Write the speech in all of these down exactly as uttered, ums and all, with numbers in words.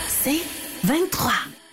C'est vingt-trois.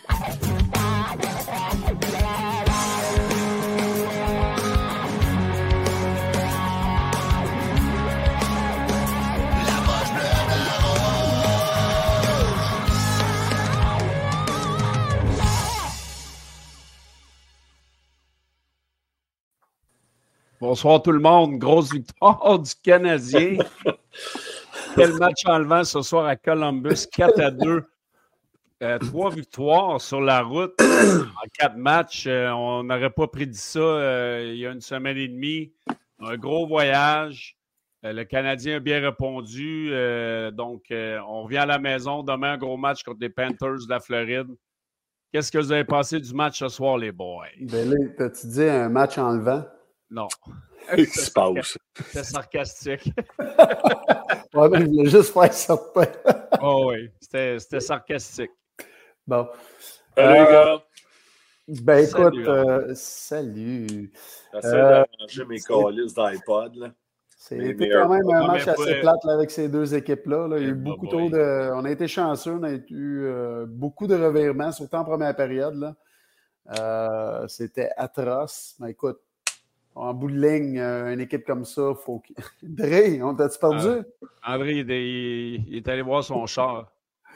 Bonsoir tout le monde. Grosse victoire du Canadien. Quel match enlevant ce soir à Columbus, quatre à deux. Euh, trois victoires sur la route en quatre matchs. Euh, on n'aurait pas prédit ça euh, il y a une semaine et demie. Un gros voyage. Euh, le Canadien a bien répondu. Euh, donc, euh, on revient à la maison. Demain, un gros match contre les Panthers de la Floride. Qu'est-ce que vous avez pensé du match ce soir, les boys? Ben là, t'as-tu dit un match enlevant? Non. Qu'est-ce qui se passe? C'est sarcastique. Ouais, ben, je voulais juste faire certain. Oh oui, c'était, c'était sarcastique. Bon. Salut, Euh, gars. Ben écoute, Salut, euh, salut. J'essaie Euh, d'arranger mes c'est- calices d'iPod, là. C'était Mais- quand même un mais match pour- assez plate là, avec ces deux équipes-là. là. Il y a eu Eh, beaucoup bah, trop boy. de. On a été chanceux, on a eu euh, beaucoup de revirements, surtout en première période. Là. Euh, c'était atroce. Mais écoute, en bout de ligne, euh, une équipe comme ça, faut qu'il. Dre, on t'a-tu perdu? André, il, il- il est allé voir son char.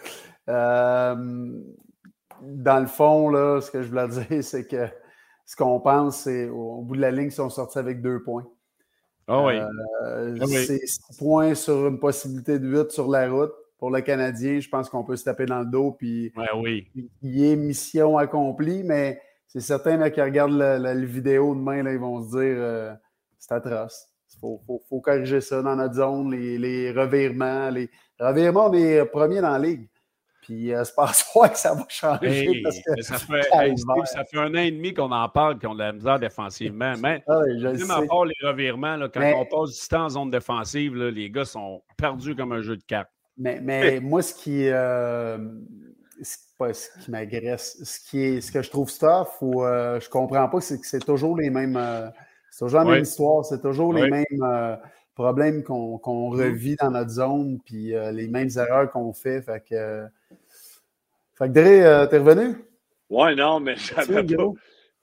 Euh, dans le fond, là, ce que je voulais dire, c'est que ce qu'on pense, c'est au bout de la ligne, ils sont sortis avec deux points. Ah oui. Euh, Ah oui. C'est six points sur une possibilité de huit sur la route. Pour le Canadien, je pense qu'on peut se taper dans le dos, puis Ouais, oui. il est mission accomplie, mais c'est certain là, qui regardent la, la- la vidéo demain, là, ils vont se dire euh, c'est atroce. Il faut, faut, faut corriger ça dans notre zone, les, les revirements. Les revirements, on est premier dans la ligue. Puis euh, c'est pas à soir que ça va changer. Hey, parce que... mais ça, fait, hey, Calvaire. Steve, ça fait un an et demi qu'on en parle, qu'on a de la misère défensivement. Mais Ah oui, je le même à sais. part les revirements, là, quand Mais- on passe du temps en zone défensive, là, les gars sont perdus comme un jeu de cartes. Mais, mais moi, ce qui, euh, ce, pas ce qui m'agresse, ce, qui est, ce que je trouve tough ou euh, je comprends pas, c'est que c'est toujours les mêmes. euh, c'est toujours la Ouais. même histoire, c'est toujours les Ouais. mêmes euh, problèmes qu'on, qu'on revit dans notre zone, puis euh, les mêmes erreurs qu'on fait. Fait que. euh, fait que Dre, euh, t'es revenu? Ouais, non, mais Tu j'avais sais, pas. gros?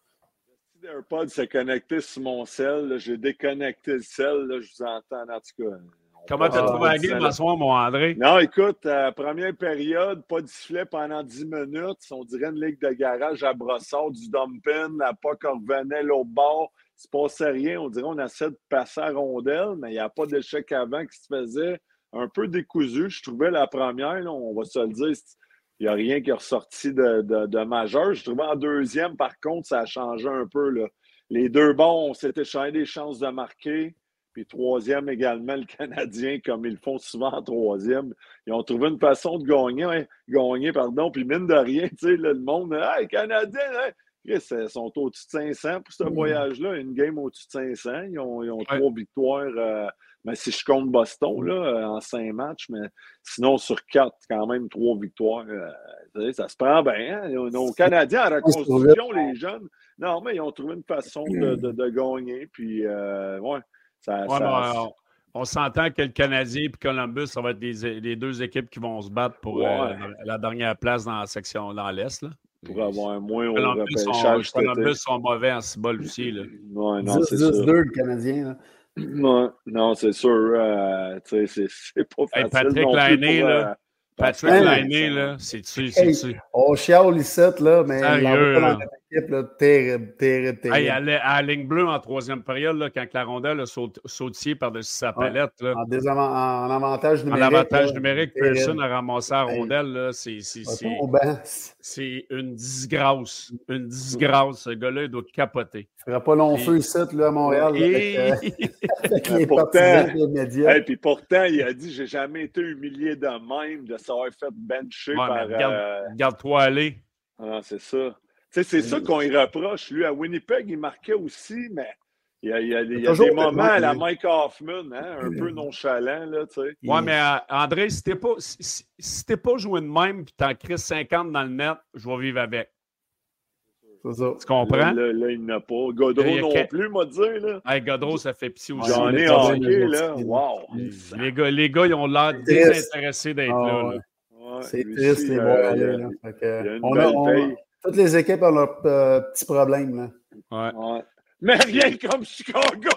Si l'AirPod s'est connecté sur mon cell, là, j'ai déconnecté le cell, là, je vous entends, en tout cas. On Comment t'as passe trouvé la pas game de ce soir, mon André? Non, écoute, euh, première période, pas de sifflet pendant dix minutes. On dirait une ligue de garage à brossard, du dumping, la puck revenait l'autre bord. Il se passait rien. On dirait qu'on essaie de passer à rondelle, mais il n'y a pas d'échec avant qui se faisait. Un peu décousu. Je trouvais la première, là, on va se le dire, il n'y a rien qui est ressorti de, de, de majeur. Je trouvais en deuxième, par contre, ça a changé un peu. Là. Les deux bons, on s'est échangé des chances de marquer. Puis troisième également, le Canadien, comme ils le font souvent en troisième. Ils ont trouvé une façon de gagner, hein, gagner, pardon. Puis mine de rien, tu sais, là, le monde, hey, les Canadiens, hein, Chris, ils sont au-dessus de cinq cents pour ce voyage-là. Une game au-dessus de cinq cents. Ils ont, ils ont Ouais. trois victoires. Euh, mais si je compte Boston, là, euh, en cinq matchs, mais sinon, sur quatre, quand même, trois victoires. Euh, tu sais, ça se prend bien. Hein? Nos nos Canadiens en reconstruction, les jeunes, non, mais ils ont trouvé une façon de, de, de gagner. Puis, euh, ouais. Ça, Ouais, ça, mais on, on s'entend que le Canadien et Columbus, ça va être les, les deux équipes qui vont se battre pour Ouais. euh, la dernière place dans la section dans l'Est. Là. pour avoir un moins au Columbus, sont, repêchage cet été. Columbus sont mauvais en cibole aussi. Là. Ouais, non, dix c'est dix sûr. deux, le Canadien. Là. Ouais, non, c'est sûr. Euh, tu sais, c'est, c'est pas Hey, facile Patrick non plus Lainé, pour, là. euh, Patrick Hein? Lainé, là, c'est-tu, Hey, c'est-tu. on chiale ici, là, mais Sérieux, l'envoie pas là. dans notre équipe, là, terrible, terrible, terrible. Hey, à, la, à la ligne bleue en troisième période, là, quand la rondelle a saut, sautillé par-dessus sa palette, là, En, désavan- en avantage en numérique. avantage là, numérique, terrible. Pearson a ramassé la Hey. rondelle. Là, c'est, c'est, Ah, c'est, ton banc, c'est une disgrâce. Une disgrâce. Ce gars-là, il doit capoter. il fera pas long Et- feu ici, là, à Montréal, là, Et- avec, euh, avec les Pourtant- partisans et les médias. Et puis pourtant, il a dit j'ai jamais été humilié de même de s'avoir fait bencher Ouais, par. mais regarde, euh, regarde-toi aller. Ah, c'est ça. Tu sais, c'est ça qu'on y reproche. Lui, à Winnipeg, il marquait aussi, mais il y a, il y a, il y a toujours des été moments bon, à la lui. Mike Hoffman, hein, un peu nonchalant, là, tu sais. Ouais, mais euh, André, si t'es pas, si, si- si t'es pas joué de même et t'en crises cinquante dans le net, je vais vivre avec. C'est ça. Tu comprends? Là, là, là, il n'a pas. Godreau Il y a non que- plus, m'a dit, là. Hey, Godreau, ça fait pitié aussi. J'en Ouais, ai mais hockey, les là. autres, Wow! Les gars, les gars, ils ont l'air Triste. désintéressés d'être Ah, là. ouais. là. Ouais, c'est lui triste, aussi, les euh, voir il y aller. a- Là. Fait que, il y a une on a, belle on- paye. toutes les équipes ont leurs euh, petits problèmes. Là. Ouais. Ouais. Mais rien comme Chicago!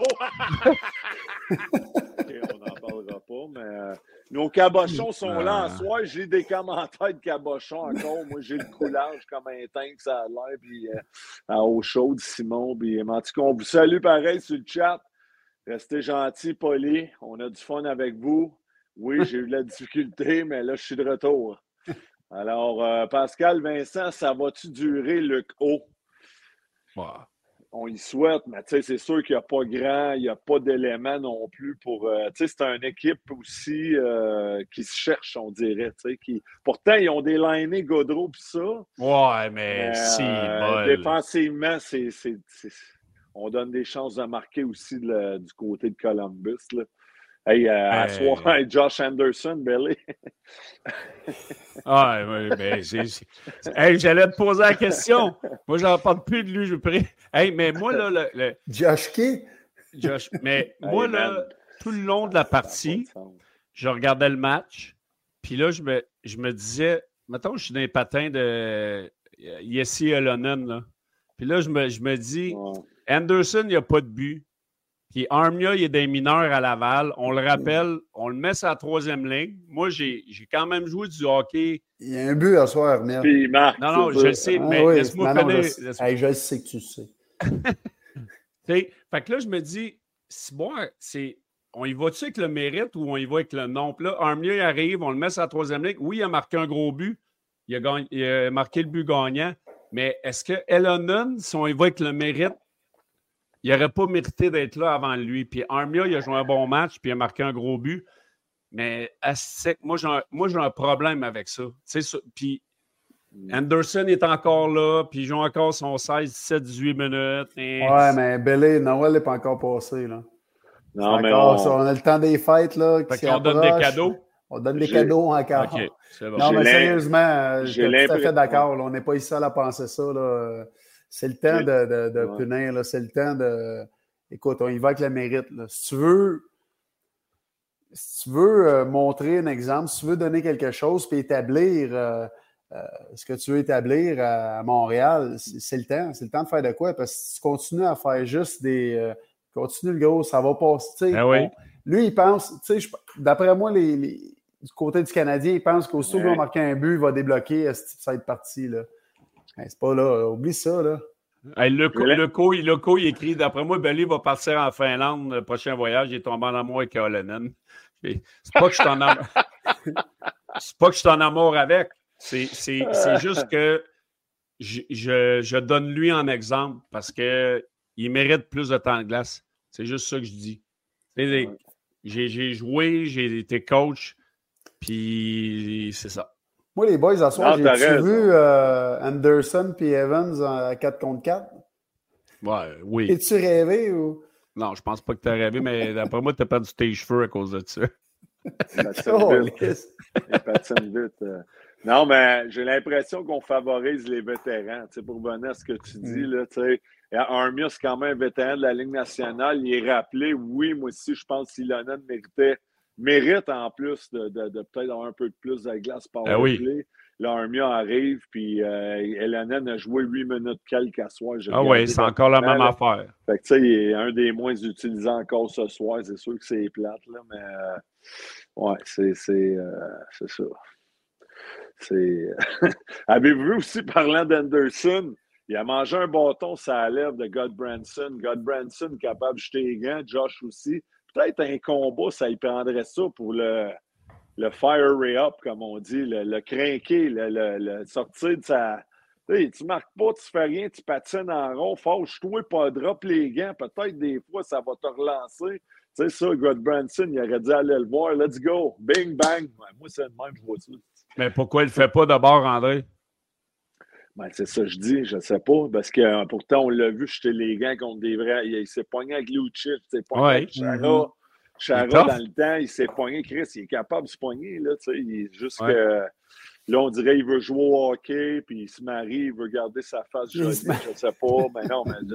OK, on n'en parlera pas, mais euh, nos cabochons sont là en Ah. soir. J'ai des commentaires de cabochons encore. Moi, j'ai le coulage comme un tank, ça a l'air. Puis euh, à eau chaude, Simon. Puis, en tout cas, on vous salue pareil sur le chat. Restez gentils, polis. On a du fun avec vous. Oui, j'ai eu de la difficulté, mais là, je suis de retour. Alors, euh, Pascal, Vincent, ça va-tu durer, Luc O? Ouais. On y souhaite, mais tu sais, c'est sûr qu'il n'y a pas grand, il n'y a pas d'éléments non plus pour. Euh, tu sais, c'est une équipe aussi euh, qui se cherche, on dirait. Tu sais, qui... Pourtant, ils ont des linés Gaudreau pis ça. Ouais, mais Mais si, euh, bol. défensivement, c'est, c'est, c'est- on donne des chances de marquer aussi de la- du côté de Columbus. Là. Hey, euh, à Hey. soir, Josh Anderson, Billy. Ah, ouais, ben, c'est, c'est... Hey, j'allais te poser la question. Moi, j'en parle plus de lui, je prie. Hey, mais moi, là, le, le... Josh Key? Josh, mais moi, Hey, là, man. tout le long de Ça la n'a pas de partie, sens. je regardais le match, puis là, je me, je me disais, mettons, je suis dans les patins de Yessi Alonen, là. Puis là, je me, je me dis, Ouais. Anderson, il n'y a pas de but. Puis Armia, il est des mineurs à Laval. On le rappelle, on le met sur la troisième ligne. Moi, j'ai, j'ai quand même joué du hockey. Il y a un but à soir, Armel. Puis il marque. Non, non, c'est je le ça. sais, Ah mais oui, laisse-moi non, non, finir. je, Laisse-moi- hey, je sais que tu le sais. T'sais, fait que là, je me dis, si bon, c'est, on y va-tu avec le mérite ou on y va avec le nom? Puis là, Armia, il arrive, on le met sur la troisième ligne. Oui, il a marqué un gros but. Il a, gagné, il a marqué le but gagnant. Mais est-ce que Elonen, si on y va avec le mérite, il n'aurait pas mérité d'être là avant lui? Puis Armia, il a joué un bon match, puis il a marqué un gros but. Mais à sec, moi, j'ai un, moi, j'ai un problème avec ça. Tu sais, puis Anderson est encore là, puis il joue encore son seize, dix-sept, dix-huit minutes. Et... Ouais, mais Belé, Noël n'est pas encore passé. Là. Non, C'est mais encore on... ça. On a le temps des fêtes là, qui Fait qu'on donne des approchent. cadeaux. On donne des J'ai- cadeaux encore. OK, c'est bon. Non, J'ai mais l'im- sérieusement, euh, j'ai je suis tout à l'impression- fait d'accord. là. On n'est pas ici à la penser ça. Là. C'est le temps J'ai- de, de, de Ouais. punir. Là. C'est le temps de. Écoute, on y va avec le mérite. Là. Si tu veux, si tu veux euh, montrer un exemple, si tu veux donner quelque chose puis établir euh, euh, ce que tu veux établir à, à Montréal, c'est, c'est le temps. C'est le temps de faire de quoi? Parce que si tu continues à faire juste des. Euh, continue le gros, ça va passer. Tu sais, Ah oui. on- lui, il pense, tu sais, je- d'après moi, les, les- du côté du Canadien, il pense qu'aussitôt Ouais. qu'il va marquer un but, il va débloquer, esti, ça va être parti. Là. Hey, c'est pas là, oublie ça. Là. Hey, le, co, Je l'ai- le, co, le co, il écrit, d'après moi, Belly va partir en Finlande le prochain voyage. Il est tombé en amour avec Olonen. C'est pas que je suis en amour. C'est pas que je suis en amour avec. C'est, c'est, c'est juste que je, je, je donne lui en exemple parce qu'il mérite plus de temps de glace. C'est juste ça que je dis. Tu sais, Ouais. J'ai, j'ai joué, j'ai été coach, puis c'est ça. Moi, les boys, à soir, Non, t'as j'ai-tu raison. vu euh, Anderson et Evans à quatre contre quatre? Ouais, oui. Es-tu rêvé ou. Non, je pense pas que tu as rêvé, mais d'après moi, tu as perdu tes cheveux à cause de ça. Il patine Oh, vite. lisse. Il patine vite. euh. Non, mais j'ai l'impression qu'on favorise les vétérans. Tu sais, pour revenir à ce que tu dis, Mm. là, tu sais, Armia, c'est quand même un vétéran de la Ligue nationale. Il est rappelé. Oui, moi aussi, je pense que Ilonen méritait, mérite en plus de, de, de peut-être avoir un peu de plus de glace par Ah oui. play. Là, Armia arrive, puis euh, Ilonen a joué huit minutes quelques à soir. J'ai Ah regardé oui, c'est encore la même rapidement, là. affaire. Fait que, tu sais, il est un des moins utilisés encore ce soir. C'est sûr que c'est plate, là, mais euh, ouais, c'est, c'est, euh, c'est ça. C'est... Avez-vous vu aussi, parlant d'Anderson, il a mangé un bâton sur la lèvre de Godbranson. Godbranson capable de jeter les gants, Josh aussi. Peut-être un combat, ça y prendrait ça pour le, le fire up, comme on dit, le, le crinquer, le, le, le sortir de sa... Hey, tu marques pas, tu fais rien, tu patines en rond, fâche-toi, pas drop les gants, peut-être des fois ça va te relancer. Tu sais ça, Godbranson, il aurait dû aller le voir, let's go, bing bang. Ouais, moi, c'est le même, je vois ça. Mais pourquoi il ne le fait pas d'abord, André? Ben, c'est ça que je dis, je ne sais pas, parce que euh, pourtant, on l'a vu jeter les gants contre des vrais. Il, il s'est pogné avec Lucic, il s'est pogné Ouais. avec Chara. Mhm. Chara, Il est tough. dans le temps, il s'est pogné. Chris, il est capable de se pogner, là, tu sais. Il est juste Ouais. que là, on dirait qu'il veut jouer au hockey, puis il se marie, il veut garder sa face Il jolie, se marie. je ne sais pas. Mais non, mais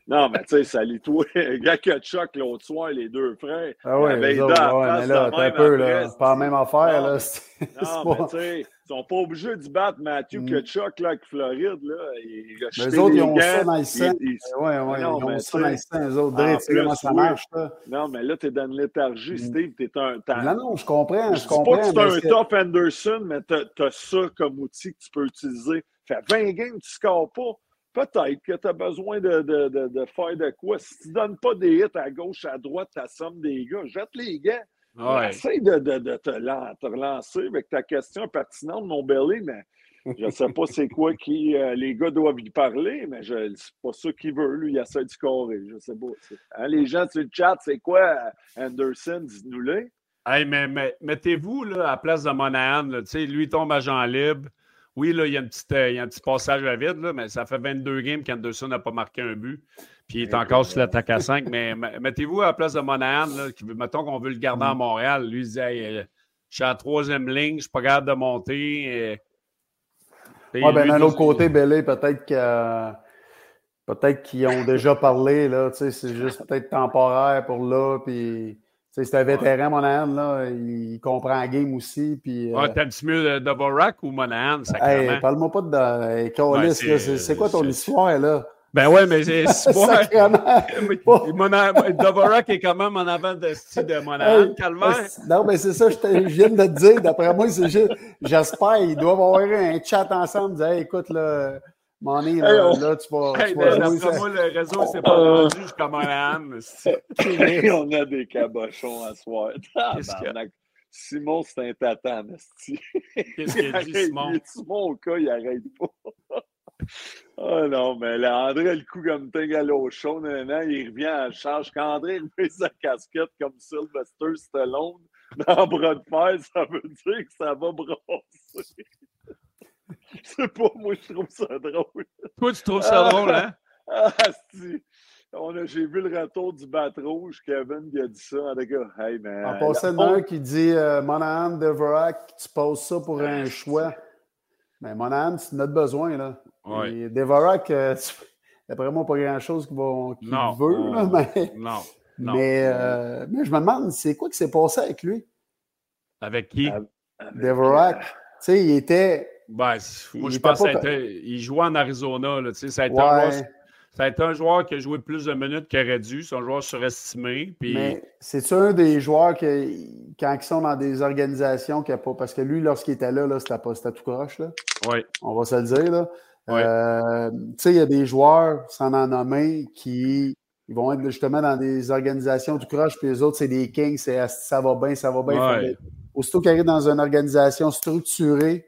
Non, mais tu sais, salis-toi. Le gars qui a choc l'autre soir, les deux frères. Ah oui, les autres, ouais, mais là, t'as un peu, là. Pas la même affaire, là. Non, mais tu sais, ils sont pas obligés d'y battre Matthew mm. Kachuk, là, avec Floride, là. Il, mais les autres, ils ont ça dans le sang. Oui, oui, ils ont ça dans le sang, les autres. Tu sais comment ça marche, là. Non, mais là, t'es dans une léthargie, Steve. T'es un... Non, non, je comprends, je Je comprends. dis pas que c'est un top Anderson, mais t'as, t'as ça comme outil que tu peux utiliser. Fait vingt games, tu scores pas. Peut-être que tu as besoin de, de, de, de faire de quoi. Si tu ne donnes pas des hits à gauche, à droite, ta somme des gars, jette les gars. Ouais. Essaye de, de, de te, te relancer avec ta question pertinente, mon belly, mais je ne sais pas c'est quoi qui euh, les gars doivent y parler, mais je c'est pas ça qu'il veut. Lui, il essaie de scorer. Je ne sais pas. Hein, les gens sur le chat, c'est quoi Anderson? Dites-nous-le. Hey, mais, mais mettez-vous là, à la place de Monahan. Là, lui, il tombe à Jean libre. Oui, là, il y a, une petite, euh, il y a un petit passage à vide, là, mais ça fait vingt-deux games qu'Anderson n'a pas marqué un but. Puis il est encore sur l'attaque à cinq. Mais mettez-vous à la place de Monahan, là, qui, mettons qu'on veut le garder à Montréal. Lui, il dit hey, je suis à la troisième ligne, je ne suis pas capable de monter. Oui, bien, d'un autre côté, Bellé, peut-être que peut-être qu'ils ont déjà parlé. Là, c'est juste peut-être temporaire pour là. Puis. C'est un vétéran, Monahan, là. Il comprend la game aussi. Puis, euh... t'aimes-tu mieux Dvorak ou Monahan, sacrément? Hey, parle-moi pas de... Hey, Calis, ouais, c'est, c'est quoi ton histoire, là? Ben ouais, mais c'est... Dvorak est quand même en avant de style de Monahan, hey, calvaire. Non, mais c'est ça, je, te, je viens de te dire. D'après moi, c'est juste... J'espère, ils doivent avoir un chat ensemble, dire hey, écoute, là... Mané, là, hey, on... là, tu vas, hey, tu vas jouer. D'après moi, le réseau s'est pas rendu jusqu'à Monahan. On a des cabochons à soir. Ah, ben, Simon, c'est un tatan, esti. Qu'est-ce qu'il a dit, Simon? Il, Simon, au cas, il arrête pas. Oh non, mais là, André a le coup comme ting à l'eau chaude, il revient à la charge. Quand André remet sa casquette comme Sylvester Stallone dans bras de fer, ça veut dire que ça va brasser. C'est pas moi, je trouve ça drôle. Toi, tu trouves ça drôle, hein? Ah, si. On a, j'ai vu le retour du bat rouge, Kevin qui a dit ça. En, gars, hey, mais, en passant de un qui dit euh, Monahan, Dvorak, tu poses ça pour un ah, choix. Mais Monahan, c'est notre besoin, là. Ouais. Dvorak, euh, d'après moi, pas grand-chose qu'il, va, qu'il non, veut, non, là, mais, non, non. Mais, euh, mais je me demande, c'est quoi qui s'est passé avec lui? Avec qui? Dvorak. Tu sais, il était. Ben, moi, je pense qu'il jouait en Arizona. Là, ça, a été ouais. un joueur, ça a été un joueur qui a joué plus de minutes qu'il aurait dû. C'est un joueur surestimé. Puis... Mais c'est-tu un des joueurs qui, quand ils sont dans des organisations, qui a pas. Parce que lui, lorsqu'il était là, là c'était, pas, c'était tout croche. Là. Oui. On va se le dire. Là. Oui. Euh, tu sais, il y a des joueurs, sans en nommer, qui ils vont être justement dans des organisations tout croche, puis les autres, c'est des kings, c'est ça va bien, ça va bien. Ouais. Aussitôt qu'ils arrivent dans une organisation structurée,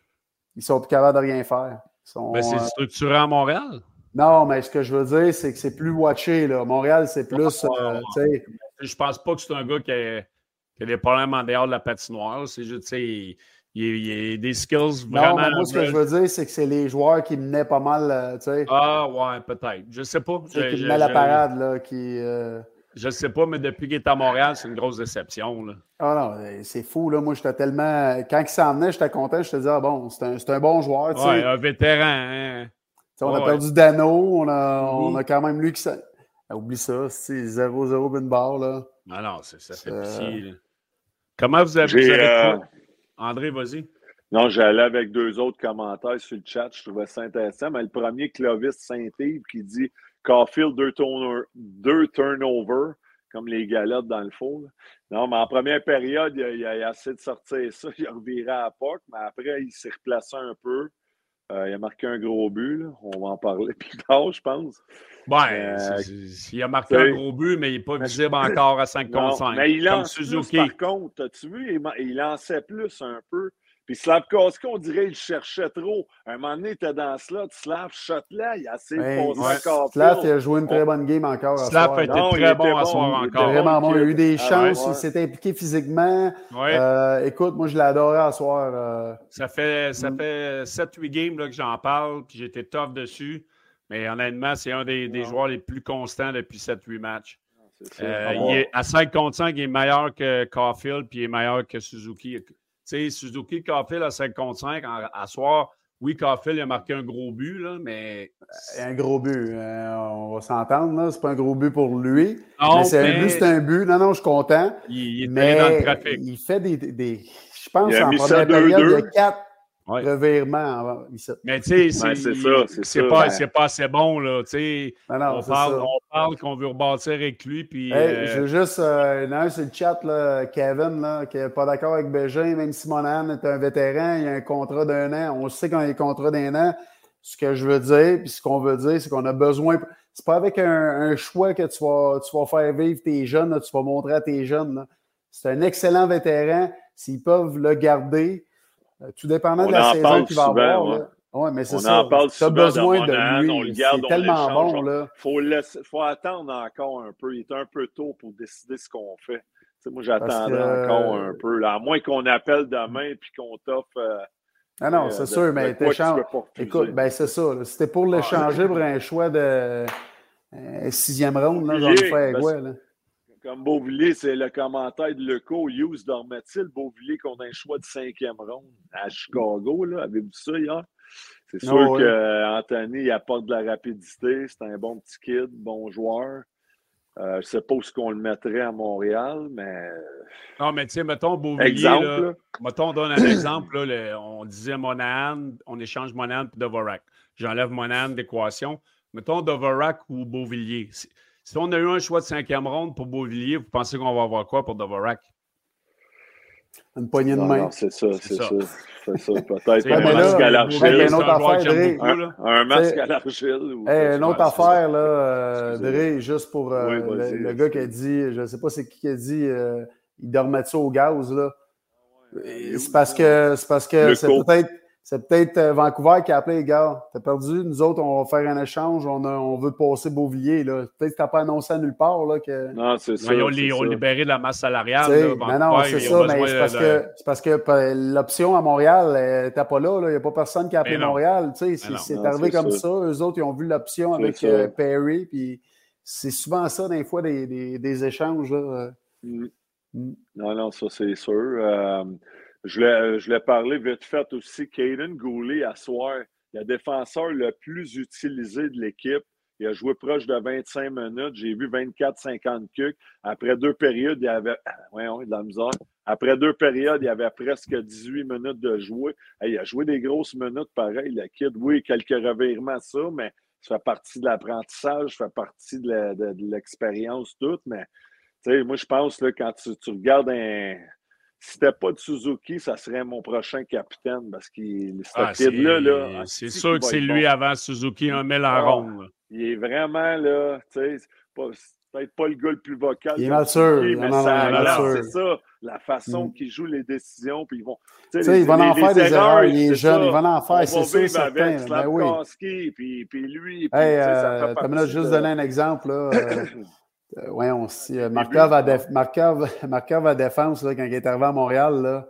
ils sont plus capables de rien faire. Sont, ben, c'est structuré à Montréal? Non, mais ce que je veux dire, c'est que c'est plus watché. Là. Montréal, c'est plus. Euh, je pense pas que c'est un gars qui a, qui a des problèmes en dehors de la patinoire. C'est juste, tu sais, il, il, il a des skills vraiment. Non, mais moi, ce que je veux dire, c'est que c'est les joueurs qui menaient pas mal. Tu sais. Ah, ouais, peut-être. Je sais pas. Je, qui menaient la parade, là, qui. Euh... Je sais pas, mais depuis qu'il est à Montréal, c'est une grosse déception. Là. Ah non, c'est fou. Là. Moi, j'étais tellement. Quand il s'en venait, j'étais content. Je te disais, ah bon, c'est un, c'est un bon joueur. Tu ouais, sais. Un vétéran. Hein. On a ouais. perdu Dano. On a, mmh. on a quand même lui qui. Ça... Ah, oublie ça. C'est zéro zéro bin barre. Là. Ah non, c'est, ça fait pitié. Là. Comment vous avez. Vous avez euh... André, vas-y. Non, j'allais avec deux autres commentaires sur le chat. Je trouvais ça intéressant. Mais le premier, Clovis Saint-Yves, qui dit Caulfield, deux, tourno- deux turnovers, comme les galottes dans le faux. Là. Non, mais en première période, il a, il a essayé de sortir ça. Il a reviré à la porte, mais après, il s'est replacé un peu. Euh, il a marqué un gros but. Là. On va en parler plus tard, je pense. Ouais, euh, c'est, c'est, il a marqué un gros but, mais il n'est pas visible encore à cinq contre cinq. Mais il lance comme Suzuki. Plus, par contre, as-tu vu, il, il lançait plus un peu. Puis Slavkovski, on dirait qu'il cherchait trop. À un moment donné, il était dans slot. Slav shot là, il a assez de hey, passer ouais. encore. Slav, il a joué une très bonne game encore. Slav a été non, très bon à soir il encore. Vraiment bon. Il a eu des chances. Ah ouais, ouais. Il s'est impliqué physiquement. Ouais. Euh, écoute, moi, je l'ai adoré à soir. Euh... Ça fait, ça mm. fait sept huit games là, que j'en parle. Puis j'étais tough dessus. Mais honnêtement, c'est un des, des joueurs les plus constants depuis sept huit matchs. Euh, il est, à cinq contre cinq, il est meilleur que Caulfield. Puis il est meilleur que Suzuki. Tu sais, Suzuki, Caulfield à cinq contre cinq, à soir, oui, Caulfield a marqué un gros but, là, mais. Un gros but. Euh, on va s'entendre, là. C'est pas un gros but pour lui. Non, mais c'est mais... un but, c'est un but. Non, non, je suis content. Il, il est mais dans le trafic. Il fait des. des je pense en première période, il y a quatre ouais. revirements. Mais tu sais, ouais, c'est ça. C'est, c'est, ça. Pas, Ben... c'est pas assez bon, là. Tu sais, on, parle, on parle qu'on veut rebâtir avec lui. Puis, hey, euh... je veux juste. Euh, non, c'est le chat, là, Kevin, là, qui n'est pas d'accord avec Bégin. Même si Monahan est un vétéran, il a un contrat d'un an. On sait qu'on a un contrat d'un an. Ce que je veux dire, puis ce qu'on veut dire, c'est qu'on a besoin. C'est pas avec un, un choix que tu vas, tu vas faire vivre tes jeunes, là, tu vas montrer à tes jeunes. Là. C'est un excellent vétéran. S'ils peuvent le garder, euh, tout dépendant on de la saison qu'il va souvent, avoir. Ouais. Là. Ouais, mais c'est on ça. en parle tu as besoin de, Monahan, lui. On le garde, c'est on tellement bon. Il faut, laisser... faut attendre encore un peu. Il est un peu tôt pour décider ce qu'on fait. T'sais, moi, j'attendais que... encore un peu. Là. À moins qu'on appelle demain et qu'on t'offre. Euh, ah non, c'est euh, sûr, de, mais t'échanges. Écoute, ben c'est ça. Là. C'était pour l'échanger pour un choix de euh, sixième round, là, j'en fais quoi, là. Comme Beauvillier, c'est le commentaire de Leco. Hughes dormait-il Beauvillier qu'on a un choix de cinquième ronde à Chicago, là? Avez-vous vu ça hier? C'est sûr oh, qu'Anthony, oui. il apporte de la rapidité. C'est un bon petit kid, bon joueur. Euh, je ne sais pas où est-ce qu'on le mettrait à Montréal, mais... Non, mais tu sais, mettons Beauvillier, exemple, là, là. mettons, on donne un exemple. Là, le, on disait Monahan, on échange Monahan et Dvorak. J'enlève Monahan d'équation. Mettons Dvorak ou Beauvillier. Si, si on a eu un choix de cinquième ronde pour Beauvillier, vous pensez qu'on va avoir quoi pour Dvorak? Une poignée de main. Non, c'est ça, c'est, c'est ça. C'est ça, peut-être un masque à l'argile. Une autre affaire, un, un masque à l'argile. Hey, une autre affaire, là, euh, Dre, juste pour euh, oui, le, le gars qui a dit, je ne sais pas c'est qui qui a dit, euh, il dormait-tu au gaz, là? Ouais, c'est, parce que, c'est parce que c'est peut-être, c'est peut-être Vancouver qui a appelé les gars. T'as perdu, nous autres, on va faire un échange, on, a, on veut passer Beauvillier, là. Peut-être que t'as pas annoncé à nulle part, là. Que... Non, c'est ça. Ils ont, c'est ont ça. libéré de la masse salariale. Là, mais non, c'est ça, mais c'est parce, de... que, c'est parce que l'option à Montréal n'était pas là, là. Il n'y a pas personne qui a appelé Montréal. C'est, c'est non, arrivé comme ça. ça. Eux autres, ils ont vu l'option c'est avec euh, Perry, puis c'est souvent ça, des fois, des, des, des échanges, là. Mm. Mm. Non, non, ça, c'est sûr. Euh... Je l'ai, je l'ai parlé vite fait aussi. Caden Goulet, à soir, le défenseur le plus utilisé de l'équipe. Il a joué proche de vingt-cinq minutes. J'ai vu vingt-quatre cinquante cucs. Après deux périodes, il y avait... Ouais, on est de la misère. Après deux périodes, il y avait presque dix-huit minutes de jouer. Hey, il a joué des grosses minutes, pareil, le kid. Oui, quelques revirements, ça, mais ça fait partie de l'apprentissage, ça fait partie de, la, de, de l'expérience, toute. Mais, tu sais, moi, je pense, là, quand tu, tu regardes un... Si c'était pas de Suzuki, ça serait mon prochain capitaine parce qu'il ah, kid-là, là, c'est sûr que c'est lui bon. Avant Suzuki, un mille en ah, ronde. Il est vraiment là, tu sais, c'est peut-être pas le gars le plus vocal. Il est mature. Suzuki, mais non, ça, non, non, c'est ça, la façon mm. qu'il joue les décisions, puis ils vont. Tu sais, il va en faire des erreurs, il est jeune, il va en faire, c'est sûr, certain. Ben oui. Puis, puis lui, puis, hey, euh, ça fait juste de... donner un exemple, là. Euh, Euh, oui, on se dit. Markov à, déf- Markov, Markov à défense, là, quand il est arrivé à Montréal, là,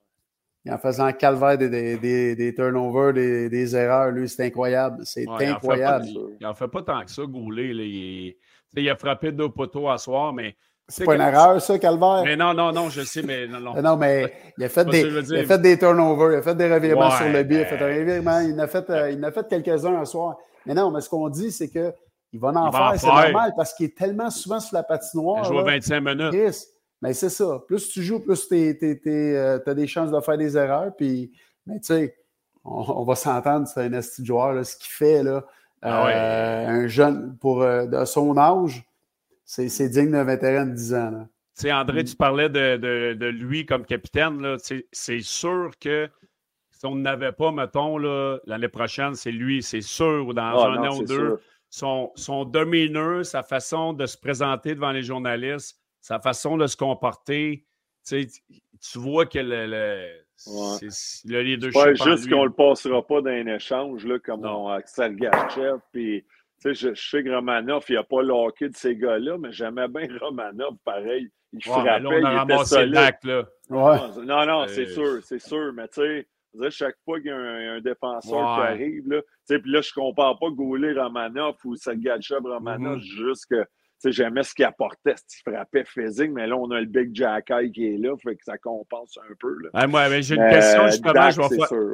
en faisant calvaire des, des, des, des turnovers, des, des erreurs, lui, c'est incroyable. C'est ouais, incroyable. Il n'en fait, fait pas tant que ça, Goulet. Là, il, il a frappé deux poteaux à soir, mais. C'est pas une erreur, ça, calvaire? Mais non, non, non, je sais, mais non, non. non, mais il a fait, des, il a fait des turnovers, il a fait des revirements ouais, sur le but, il a fait un revirement, il en a fait, euh, il en a fait quelques-uns à soir. Mais non, mais ce qu'on dit, c'est que il va en il faire, va en c'est faire. Normal, parce qu'il est tellement souvent sur la patinoire. Il joue vingt-cinq minutes. Chris, mais c'est ça. Plus tu joues, plus tu euh, as des chances de faire des erreurs. Puis, mais tu sais, on, on va s'entendre, c'est un esti de joueur, là, ce qu'il fait, là, ah euh, ouais. un jeune, pour euh, de son âge, c'est, c'est digne d'un vétéran de dix ans. Tu sais, André, mm. tu parlais de, de, de lui comme capitaine. Là, c'est sûr que si on n'avait pas, mettons, là, l'année prochaine, c'est lui, c'est sûr, ou dans oh, un non, an ou deux. Sûr. Son, son domineur, sa façon de se présenter devant les journalistes, sa façon de se comporter, tu sais, tu vois que le, le, ouais. c'est, le leadership. C'est pas juste qu'on ne le passera pas dans un échange, là, comme on, avec Sergachev. Puis, tu sais, je, je sais que Romanov, il n'a pas le hockey de ces gars-là, mais j'aimais bien Romanov, pareil. Il ouais, frappait, là, on a il était solide. Back, là. Ouais. Non, non, c'est euh... sûr, c'est sûr, mais tu sais, chaque fois qu'il y a un, un défenseur ouais. qui arrive, là, puis là, je ne compare pas Goulet-Romanov ou Sergachev-Romanov, mm-hmm. juste que j'aimais ce qu'il apportait, ce qu'il frappait physique, mais là, on a le Big Jacky qui est là, fait que ça compense un peu. Là. Hey, moi, j'ai une mais, question, justement, Dak, je vais faire. Sûr, hey, ouais.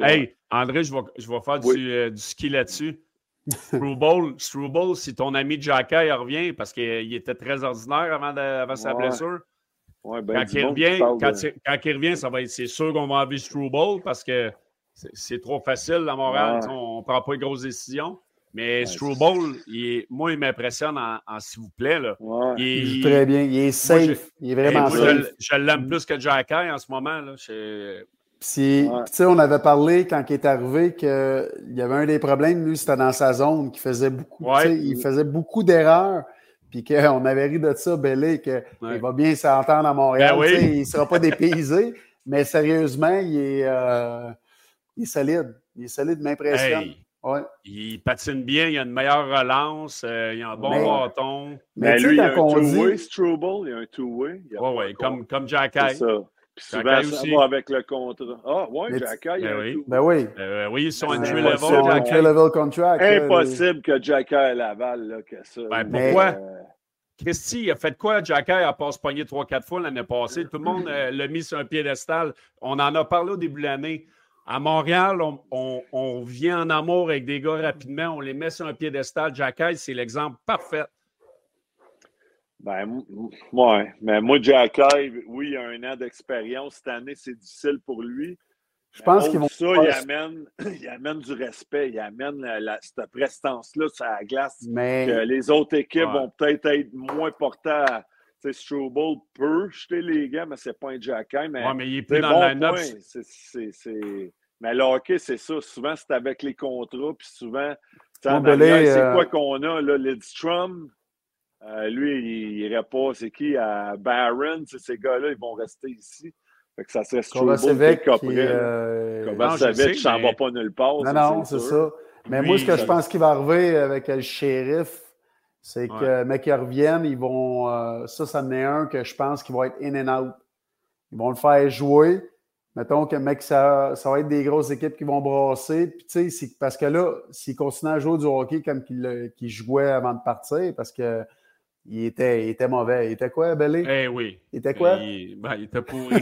André, je vais, je vais faire Oui. du, euh, du ski là-dessus. Struble, Struble, si ton ami Jacky revient, parce qu'il était très ordinaire avant, de, avant sa Ouais. blessure, Ouais, ben, quand, il revient, quand, de... il, quand il revient, ça va être, c'est sûr qu'on va enlever Struble parce que c'est, c'est trop facile à Montréal. Ouais. On ne prend pas de grosses décisions. Mais ouais, Struble, il est, moi, il m'impressionne en, en s'il vous plaît. Là. Ouais. Il, il joue très bien. Il est safe. Moi, il est vraiment moi, safe. Je, je l'aime plus que Jacky en ce moment. Là. Je... Puis, ouais. tu sais, on avait parlé quand il est arrivé qu'il y avait un des problèmes, lui, c'était dans sa zone, qu'il faisait beaucoup, ouais. il faisait beaucoup d'erreurs. Puis qu'on avait ri de ça, Bellé, qu'il ouais. va bien s'entendre à Montréal. Ben oui. Il ne sera pas dépaysé, mais sérieusement, il est, euh, il est solide. Il est solide, m'impressionne. Hey. Ouais. Il patine bien, il a une meilleure relance, euh, il a un bon mais, bâton. Mais, mais lui, il y a un two-way, dit... Struble, il y a un two-way. Oui, oui, comme, comme Jacky. C'est ça. Puis souvent, ça va avec le contrat. Ah, oui, Jacky, il y a ben un oui. two-way. Ben oui. Euh, oui, ils sont un entry level. Son entry level contract. Impossible que Jacky ait Laval, là, que ça. Ben pourquoi? Euh... Christy, il a fait quoi? Jacky a pas se pogné trois quatre fois l'année passée. Tout le monde euh, l'a mis sur un piédestal. On en a parlé au début de l'année. À Montréal, on, on, on vient en amour avec des gars rapidement. On les met sur un piédestal. Jacky, c'est l'exemple parfait. Ben, ouais. Mais moi, Jacky, oui, il a un an d'expérience. Cette année, c'est difficile pour lui. Je pense qu'ils vont. Ça, il amène, il amène du respect. Il amène la, cette prestance-là sur la glace. Mais... Que les autres équipes ouais. vont peut-être être moins portées à. Tu sais, Struble peut jeter les gars, mais c'est pas un Jacky. Mais, ouais, mais il est plus dans bon le line-up. C'est, c'est, c'est... Mais le hockey, c'est ça. Souvent, c'est avec les contrats. Puis souvent, en arrière, c'est euh... quoi qu'on a? Là, Lidstrom, euh, lui, il irait pas. C'est qui? À Barron, ces gars-là, ils vont rester ici. Fait que ça serait Struble qui Coprel. Euh... Kovacevic, je s'en mais... va pas nulle part. Non, ça, non, c'est, c'est ça. Mais oui, moi, ce que ça... je pense qu'il va arriver avec le shérif, c'est que, ouais. mais qu'ils reviennent, ils vont. Euh, ça, ça en est un que je pense qu'il va être in and out. Ils vont le faire jouer. Mettons que, mec, ça, ça va être des grosses équipes qui vont brasser. Puis, tu sais, parce que là, s'il continue à jouer du hockey comme qu'il, qu'il jouait avant de partir, parce que il était, il était mauvais. Il était quoi, Bellé? Eh hey, oui. Il était quoi? Il, ben, il était pourri.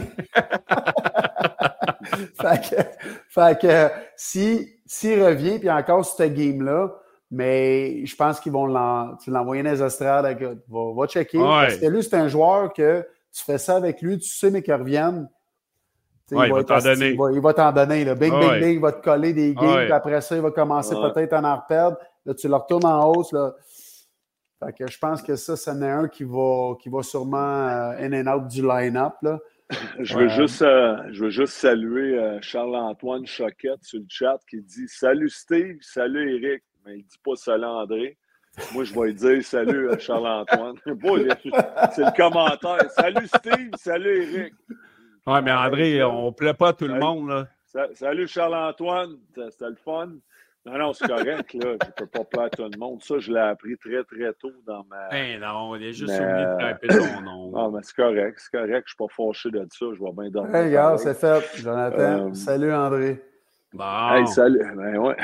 fait que, fait que si, s'il revient, puis encore cette game-là, mais je pense qu'ils vont l'en, l'envoyer dans les estrades. Avec, va, va checker. Ouais. Parce que lui, c'est un joueur que tu fais ça avec lui, tu sais, mais qu'il revienne. Ouais, il, va il, va donner. il va Il va t'en donner. Là. Bing, ouais. bing, bing, il va te coller des games, ouais. puis après ça, il va commencer ouais. peut-être à en reperdre. Là, tu le retournes en hausse. Là. Fait que je pense que ça, c'en est un qui va, qui va sûrement euh, in and out du line-up. Là. Je, veux ouais. juste, euh, je veux juste saluer euh, Charles-Antoine Choquette sur le chat qui dit « Salut Steve, salut Eric ». Mais il ne dit pas « Salut André ». Moi, je vais lui dire « Salut euh, Charles-Antoine ». C'est le commentaire. « Salut Steve, salut Eric ». Oui, mais André, on ne plaît pas à tout salut, le monde. Là. Salut Charles-Antoine, c'était le fun. Non, non, c'est correct, là. Je ne peux pas plaire à tout le monde. Ça, je l'ai appris très, très tôt dans ma. Ben non, il a juste mais... oublié de taper ton nom. Non, mais c'est correct, c'est correct. Je ne suis pas fâché de ça. Je vais bien dormir. Hey, gars, c'est fait. Jonathan, euh... salut André. Bon. Hey, salut. Ben ouais.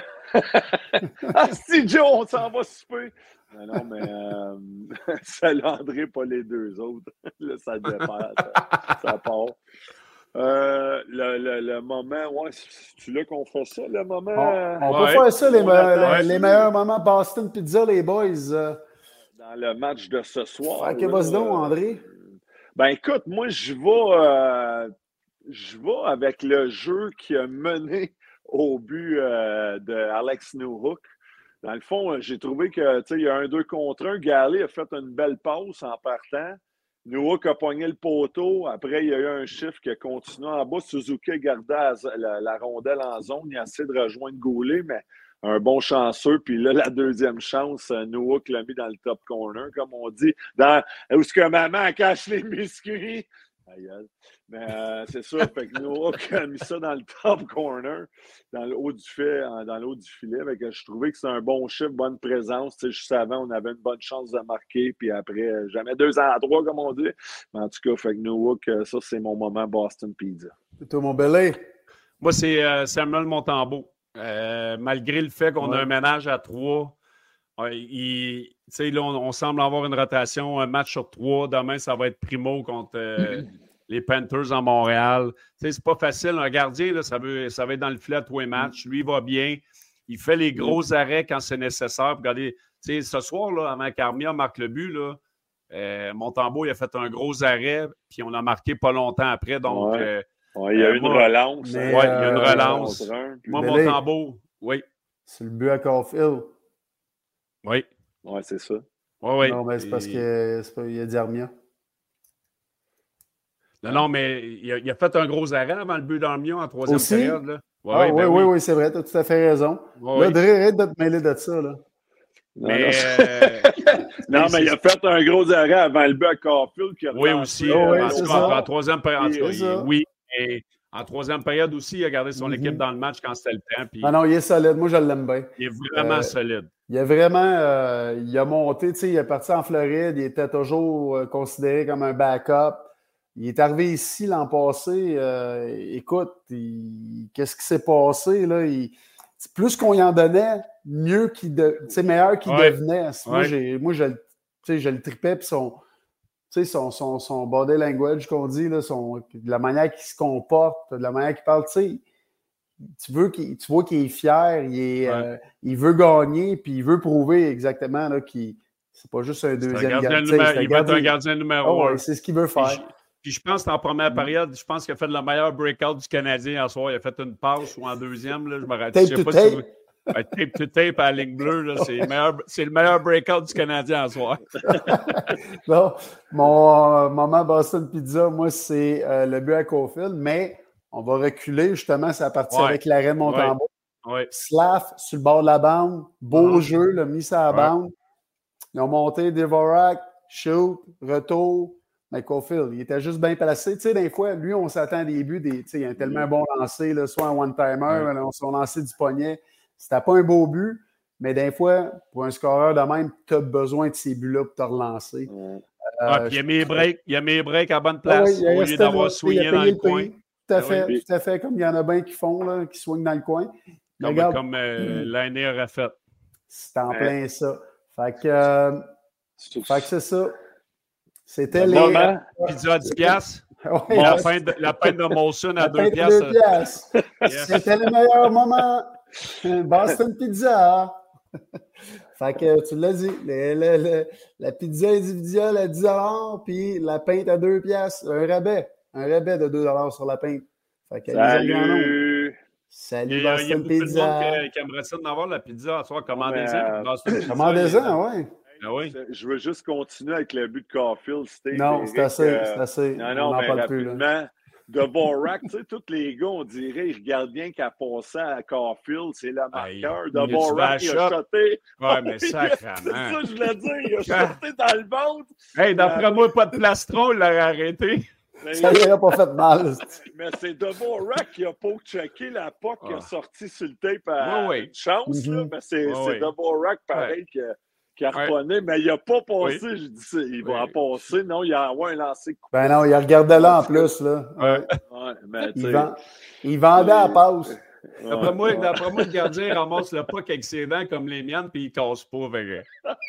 Ah, si Joe, on s'en va souper. Non, non, mais euh... salut André, pas les deux autres. Là, ça dépasse. ça, ça part. Euh, le, le, le moment, ouais, c'est-tu là qu'on fait ça, le moment? On, on ouais. peut faire ça, les, me, ouais. les, les meilleurs moments Boston Pizza, les boys. Euh... Dans le match de ce soir. Ok, vas-y donc, André. Ben écoute, moi, je vais, euh, je vais avec le jeu qui a mené au but euh, de Alex Newhook. Dans le fond, j'ai trouvé que, tu sais, il y a un deux contre un. Galley a fait une belle passe en partant. Newhook a pogné le poteau. Après, il y a eu un chiffre qui a continué en bas. Suzuki a gardé la, la rondelle en zone. Il a essayé de rejoindre Goulet, mais un bon chanceux. Puis là, la deuxième chance, Newhook l'a mis dans le top corner, comme on dit. Dans où est-ce que maman cache les biscuits? Aïe, mais euh, c'est ça. Fait que Newhook a mis ça dans le top corner, dans le haut du fait, dans le haut du filet. Fait que je trouvais que c'est un bon chiffre, bonne présence. Tu sais, juste avant, on avait une bonne chance de marquer, puis après, jamais deux à trois, comme on dit. Mais en tout cas, fait que Newhook, ça, c'est mon moment Boston Pizza. C'est toi, mon belé? Moi, c'est euh, Samuel Montembeault. Euh, malgré le fait qu'on ouais. a un ménage à trois, euh, il, tu sais, là, on, on semble avoir une rotation, un match sur trois. Demain, ça va être Primo contre euh, les Panthers en Montréal. Tu sais, c'est pas facile. Un gardien, là, ça, veut, ça va être dans le filet tous les matchs. Lui, il va bien. Il fait les gros arrêts quand c'est nécessaire. Regardez, tu sais, ce soir, là, avant qu'Armia marque le but, là, euh, Montembeault, il a fait un gros arrêt, puis on a marqué pas longtemps après. Donc, ouais. Euh, ouais, il y a euh, eu une moi, relance. Oui, euh, il y a une relance. Euh, moi, Montembeault, oui. C'est le but à Caulfield. Oui. Oui, c'est ça. Oui, oui. Non, mais c'est parce qu'il y a dit Armia. Non, non, mais il a, il a fait un gros arrêt avant le but d'Armia en troisième Aussi? période. Là. Ouais, ah, oui, oui, ben oui, oui, oui, c'est vrai, tu as tout à fait raison. Ouais, là, oui. Dre, arrête de te mêler de ça. Là. Mais, non, euh, non mais il a fait un gros arrêt avant le but à Caulfield. Qui a oui, aussi. Oh, oui, en, c'est en, ça. en troisième période. C'est ça. Oui, et en troisième période aussi, il a gardé son mm-hmm. équipe dans le match quand c'était le temps. Puis ah non, il est solide. Moi, je l'aime bien. Il est vraiment euh, solide. Il a vraiment... Euh, il a monté, tu sais, il est parti en Floride. Il était toujours euh, considéré comme un backup. Il est arrivé ici l'an passé. Euh, écoute, il, qu'est-ce qui s'est passé, là? Il, plus qu'on y en donnait, mieux qu'il de, meilleur qu'il ouais. devenait. Moi, ouais. j'ai, moi je, je le tripais, puis son, son, son, son body language, qu'on dit, là, son, de la manière qu'il se comporte, de la manière qu'il parle, tu sais, tu veux qu'il, tu vois qu'il est fier, il, est, ouais. euh, il veut gagner, puis il veut prouver exactement là, qu'il c'est pas juste un deuxième un gardien. gardien. Numéro, il gardien. va être un gardien numéro oh, un. Ouais, c'est ce qu'il veut faire. Puis, Puis je pense qu'en première période, je pense qu'il a fait le meilleur breakout du Canadien hier soir. Il a fait une passe ou en deuxième, là, je me rappelle. Tape je sais to pas tape. Si vous... ouais, tape to tape à la ligne bleue, là, c'est, le meilleur, c'est le meilleur breakout du Canadien hier soir. Bon, mon euh, moment Boston Pizza, moi, c'est euh, le but à Caulfield, mais on va reculer, justement, c'est à partir ouais. avec l'arrêt de Montembeault. Ouais. Ouais. Slav sur le bord de la bande, beau uh-huh. jeu, le mis sur la ouais. bande. Ils ont monté Dvorak, shoot, retour. Mais Caulfield, il était juste bien placé. Tu sais, des fois, lui, on s'attend à des buts, des, tu sais, il a tellement bon lancé, là, soit un one-timer, ouais. on s'est lancé du poignet. C'était pas un beau but, mais des fois, pour un scoreur de même, tu as besoin de ces buts-là pour te relancer. Ouais. Euh, ah, puis il a mis les breaks, il a mis les breaks à bonne place, ah oui, au lieu d'avoir swingé dans le, le coin. Tout à fait, oui. tout à fait, comme il y en a bien qui font, là, qui swingent dans le coin. Comme, regarde, comme euh, l'année aurait fait. C'est en ouais. plein ça. Fait que, euh, fait que c'est ça. C'était les... Moment, pizza à dix piastres. Ouais, la, pinte de, la pinte de Molson à deux piastres. Yes. C'était le meilleur moment. Boston Pizza. Fait que tu l'as dit, le, le, le, la pizza individuelle à dix dollars, puis la pinte à deux piastres. Un rabais. Un rabais de deux dollars sur la pinte. Fait que Salut! Salut, Boston Pizza. Il y a beaucoup de monde qui aimerait ça d'en avoir la pizza à soir. Commandez-en. Commandez-en, oui. Ah oui. Je veux juste continuer avec le but de Caulfield. Non, c'est assez, euh, c'est assez. Non, non, mais rapidement. Dvorak, tu sais, tous les gars, on dirait, ils regardent bien qu'à passer à Caulfield, c'est le marqueur. Dvorak, il a shoté. Ouais, mais sacrément. C'est ça que je voulais dire. Il a shoté dans le ventre. Hey, d'après euh, moi, pas de plastron, il l'aurait arrêté. Mais, ça lui a pas fait mal. Mais c'est Dvorak qui a pas checké la P O C qui a sorti sur le tape à ouais, ouais. une chance. Mm-hmm. Là, mais c'est, ouais, c'est ouais. Dvorak, pareil, qui a... qui a reponné, ouais. mais il n'a pas passé. Oui. Je dis ça, il va oui. passer. Non, il a envoyé un lancer coupé. Ben non, il a regardé là en plus. Là. Ouais. Ouais, mais il, vend... il vendait à la passe. Ouais. D'après, moi, d'après moi, le gardien ramasse le puck avec ses dents comme les miennes, puis il casse pas. Avec...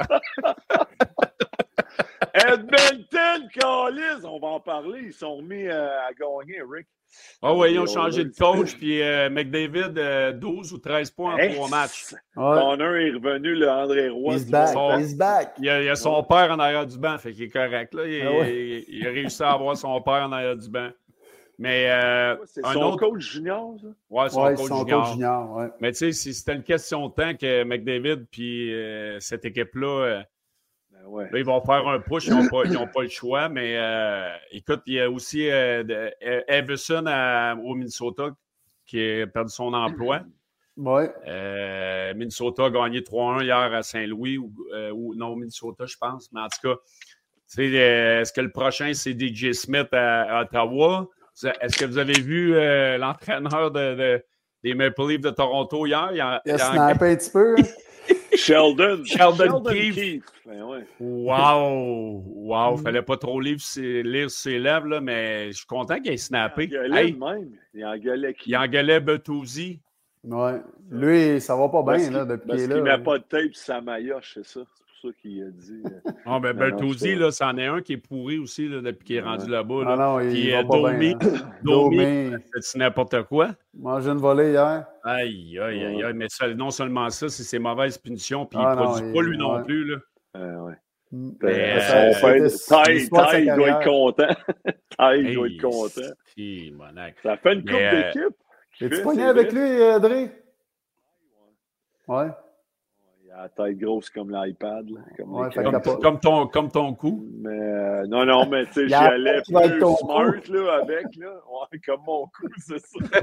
Edmonton, Callis, on va en parler. Ils sont remis euh, à gagner, Rick. Ah oui, ils ont changé de coach, puis euh, McDavid, euh, douze ou treize points en hey, trois matchs. Ouais. Connor est revenu, le André Roy. He's back, son... he's back. Il, a, il a son ouais. père en arrière du banc, fait qu'il est correct. Là. Il, ah ouais. il, il a réussi à avoir son père en arrière du banc. Mais euh, c'est un son autre... coach junior, ça? Oui, son, ouais, coach, son junior. coach junior. Ouais. Mais tu sais, si c'était une question de temps que McDavid puis euh, cette équipe-là, euh, ben ouais. là, ils vont faire un push, ils n'ont pas, pas le choix. Mais euh, écoute, il y a aussi euh, de, euh, Everson à, au Minnesota qui a perdu son emploi. Oui. Euh, Minnesota a gagné trois un hier à Saint-Louis, ou, euh, ou non, Minnesota, je pense. Mais en tout cas, euh, est-ce que le prochain, c'est D J Smith à, à Ottawa? Est-ce que vous avez vu euh, l'entraîneur de, de, des Maple Leafs de Toronto hier? Il a, il a snappé un petit peu. Sheldon. Sheldon, Sheldon Keefe. Keefe. Ben ouais. Wow! Wow! Mm. Fallait pas trop lire, lire sur ses lèvres, là, mais je suis content qu'il ait snappé. Il engueulait hey. même. Il engueulait qui? Il engueulait Bertuzzi. Ouais. Lui, ça va pas bien, là, depuis parce qu'il est là. Parce qu'il met pas de tape sur sa maillotche, c'est ça. ça qu'il a dit. Euh, oh, ben, Bertuzzi, là, c'en est un qui est pourri aussi là, depuis qu'il est rendu ouais. là-bas. Là. Ah non, il Puis va euh, pas Domi, bien, hein. Domi, Domi. c'est n'importe quoi. Mangé une volée hier. Aïe, aïe, aïe, aïe. Mais ça, non seulement ça, c'est ses mauvaises punitions, puis ah il ne produit non, pas il, lui ouais. non plus. Là. Euh, ouais. Mais, euh, euh, Ty, Ty doit être content. Ty hey, doit être content. Si, monac. Ça fait une coupe euh, d'équipe. Es-tu pogné avec lui, André? Ouais. Il a la tête grosse comme l'iPad. Comme, ouais, comme, comme, ton, comme ton cou. Mais euh, non, non, mais tu sais, j'y allais plus smart là, avec. Là. Ouais, comme mon cou, c'est ça.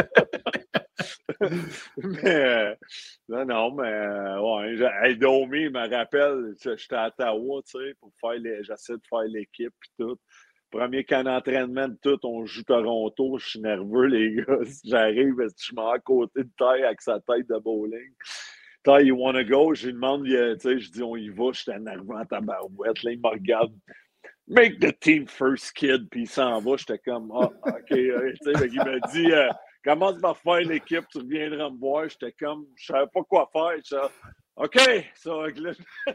mais euh, non, non, mais euh, ouais, hey, Domi me rappelle, j'étais à Ottawa, tu sais, pour faire les. J'essaie de faire l'équipe et tout. Premier camp d'entraînement de tout, on joue Toronto, je suis nerveux, les gars. J'arrive, je m'en à côté de Ty avec sa tête de bowling. Ty, you wanna go? Je lui demande, tu sais, je dis, on y va, j'étais énervé en tabarouette. Là, il me regarde. Make the team first, kid. Puis il s'en va. J'étais comme, ah, oh, OK. Euh, tu sais, il m'a dit, euh, commence par faire l'équipe, tu reviendras me voir. J'étais comme, je savais pas quoi faire. J'étais, OK, ça va là.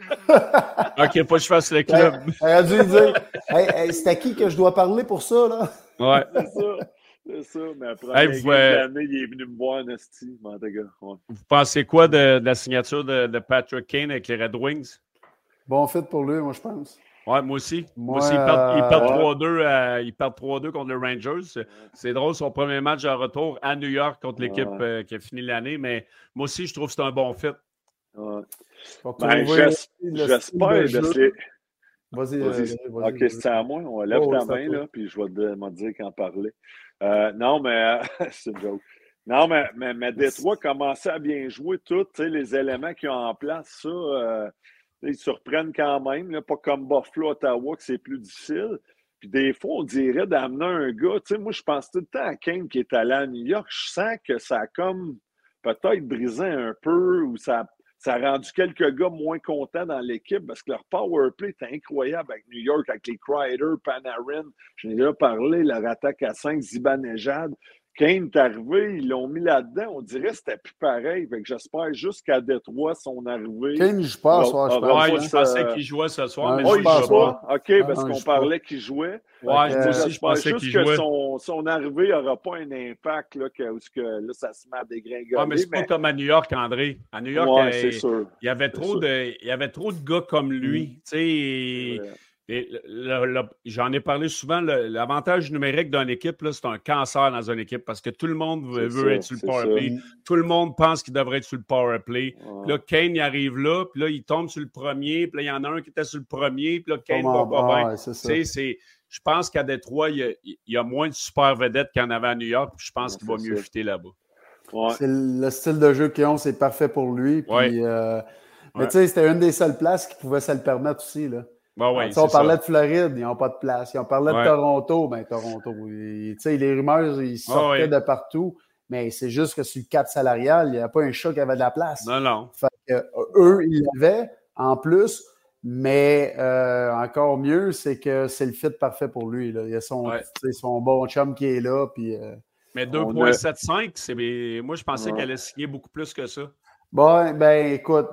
OK, faut que je fasse le club. Elle a dû lui dire, hey, hey, c'est à qui que je dois parler pour ça, là? Ouais. C'est ça. C'est ça, mais après hey, vous, euh... l'année, il est venu me voir en esti, mon gars. Ouais. Vous pensez quoi de, de la signature de, de Patrick Kane avec les Red Wings? Bon fit pour lui, moi, je pense. Ouais, moi aussi. Moi, moi aussi, il perd, il perd euh... trois deux, euh, il perd trois deux contre les Rangers. C'est drôle, son premier match de retour à New York contre l'équipe ouais. euh, qui a fini l'année, mais moi aussi, je trouve que c'est un bon fit. Ouais. Ben, j'espère de les... Vas-y, vas-y. Euh, vas-y OK, c'est à moi. On lève oh, ta main, là, puis je vais te dire qu'en parler. Euh, non, mais c'est une joke. Non, mais, mais, mais Détroit commençait à bien jouer tous les éléments qu'ils ont en place. Ça, euh, ils surprennent quand même, là, pas comme Buffalo, Ottawa, que c'est plus difficile. Puis des fois, on dirait d'amener un gars. Tu sais, moi, je pense tout le temps à Kane qui est allé à New York. Je sens que ça a comme peut-être brisé un peu ou ça a Ça a rendu quelques gars moins contents dans l'équipe parce que leur power play était incroyable avec New York, avec les Kreider, Panarin. Je n'ai déjà parlé, leur attaque à cinq, Zibanejad. Kane est arrivé, ils l'ont mis là-dedans. On dirait que c'était plus pareil. Fait que j'espère juste qu'à Détroit, son arrivée. Kane, je pense, ouais, je, ouais, je pensais qu'il jouait ce soir, ouais, mais oh, je il joue pas. OK, ah, parce non, qu'on parlait qu'il jouait. Ouais, je, moi aussi, je pensais juste qu'il que jouait. Son, son arrivée n'aura pas un impact, là, que, que là, ça se met à dégringoler. Ouais, mais c'est mais... pas comme à New York, André. À New York, ouais, il, sûr. il, y avait trop de, il y avait trop de gars comme lui. Mm. Tu sais, et le, le, j'en ai parlé souvent, le, l'avantage numérique d'une équipe, là, c'est un cancer dans une équipe parce que tout le monde veut, veut ça, être sur le power play. Tout le monde pense qu'il devrait être sur le power play. Ouais. Puis là, Kane, il arrive là, puis là, il tombe sur le premier, puis là, il y en a un qui était sur le premier, puis là, Kane va pas ah, bien. Ouais, c'est c'est, c'est, je pense qu'à Détroit, il y, a, il y a moins de super vedettes qu'il y en avait à New York, puis je pense ouais, qu'il va mieux fitter là-bas. Ouais. C'est le style de jeu qu'ils ont, c'est parfait pour lui. Puis, ouais. euh, mais ouais. tu sais, c'était une des seules places qui pouvait se le permettre aussi, là. Ben oui, on parlait ça. de Floride, ils n'ont pas de place. Ils ont parlé ouais. de Toronto, ben Toronto. Tu sais, les rumeurs, ils sortaient oh, oui. de partout, mais c'est juste que sur le cap salarial, il n'y a pas un chat qui avait de la place. Non, non. Fait que, euh, eux, ils l'avaient en plus, mais euh, encore mieux, c'est que c'est le fit parfait pour lui. Là. Il y a son, ouais. son bon chum qui est là. Puis, euh, mais deux virgule soixante-cinq, c'est... moi, je pensais ouais. qu'elle allait signer beaucoup plus que ça. Bon, ben écoute,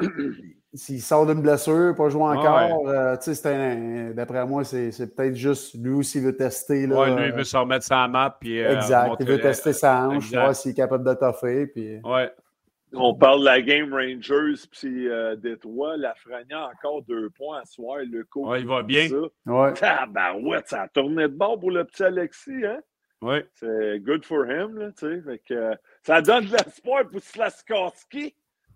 s'il sort d'une blessure, pas jouer encore, ouais. euh, tu sais, un, d'après moi, c'est, c'est peut-être juste lui aussi veut tester. Là, ouais, lui, il veut se remettre sa map. Puis, euh, exact, il veut tester sa hanche, voir s'il est capable de toffer. Puis... Ouais. On parle de la game Rangers puis euh, Détroit. Lafrenière a encore deux points à soir. Le coup, ouais, il va bien. Ça. Ouais. Ah, ben ouais, ça a tourné de bord pour le petit Alexis, hein? Oui. C'est good for him, là, tu sais. Fait que euh, ça donne de l'espoir pour Slavkovski.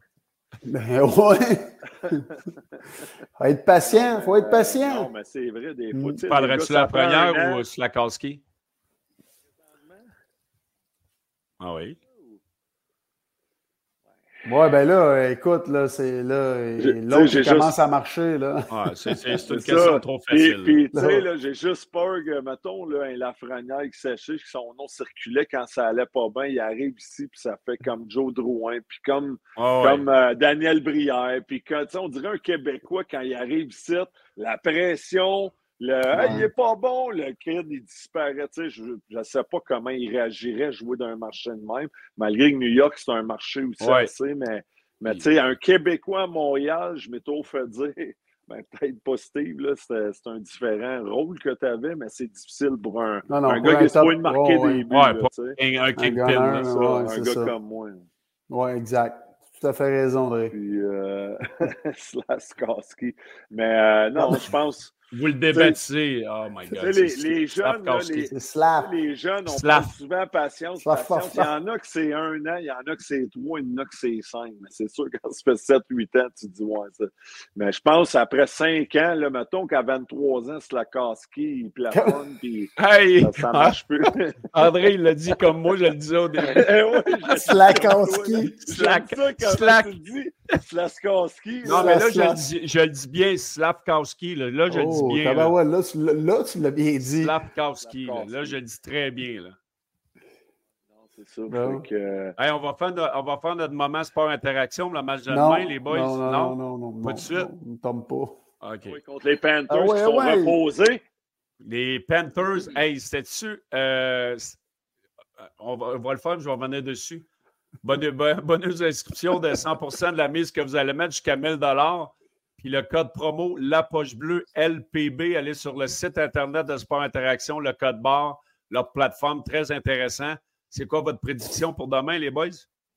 Ben ouais. Faut être patient, faut être patient. Non, mais c'est vrai, des fois. Tu parlerais-tu de la première ou Slavkovski? Ah oui. Ouais, ben là, écoute, là, c'est là, l'autre qui commence juste... à marcher, là. Ah, c'est, c'est, c'est une question ça. Trop facile. Puis, puis tu sais, là, j'ai juste peur que, mettons, là, un Lafrenière qui sachait que son nom circulait quand ça allait pas bien, il arrive ici, puis ça fait comme Joe Drouin, puis comme, oh, comme ouais. euh, Daniel Brière, puis quand, tu sais, on dirait un Québécois, quand il arrive ici, la pression... Le ouais. hey, il est pas bon, le kid, il disparaît. Tu sais, je ne sais pas comment il réagirait jouer dans un marché de même, malgré que New York, c'est un marché aussi ouais. assez, mais Mais tu sais, un Québécois à Montréal, je m'étais trop fait dire, ben, peut-être pas Steve, là, c'est, c'est un différent rôle que tu avais, mais c'est difficile pour un, non, non, un pour gars un qui est top, supposé de marquer ouais, des buts. Ouais, là, pas tu sais. un, un un kingpin, gunner, là. Ça, ouais, un c'est gars ça. comme moi. Oui, exact. Tout à fait raison, André. Puis, euh, Slaskowski. Mais euh, non, je pense. Vous le Tu sais, débaptisez. Oh my tu sais, God. les, c'est les jeunes, là, Slavkowski. les, C'est tu sais, slap. les jeunes, on Slav. parle souvent patience, Slav, patience. Il y en a que c'est un an, il y en a que c'est trois, il y en a que c'est cinq. Mais c'est sûr, quand ça fait sept, huit ans, tu te dis, ouais, ça. Mais je pense, après cinq ans, là, mettons qu'à vingt-trois ans, Slaskowski, il plafonne, puis Hey! ça, ça marche plus. André, il l'a dit comme moi, je le disais au début. Eh ouais, je- Slakowski. J'aime ça quand Slack. tu le dis. Slaskowski. Non, là. mais là, je le Slav. dis, je le dis bien, Slavkowski. Là, là je le dis Oh, bien. Là. tabarouette, là, tu l'as- là, tu l'as bien dit. Slavkowski. Là. Slavkowski. Là, je le dis très bien. Là. Non, c'est ça. Non. Fait que, euh, Hey, on, va faire no- on va faire notre moment sport interaction, le match de Non, demain, les boys. non, non, non, non, non, Pas non, de suite? non, ne tombe pas. OK. oui, contre les Panthers Ah ouais, qui sont ouais. reposés. Les Panthers, hey, c'était-tu. Euh, on, va, on va le faire, je vais revenir dessus. Bonne, bonne, bonus d'inscription de cent pour cent de la mise que vous allez mettre jusqu'à mille dollars. Puis le code promo La Poche Bleue L P B, allez sur le site Internet de Sport Interaction, le code barre, leur plateforme, très intéressant. C'est quoi votre prédiction pour demain, les boys?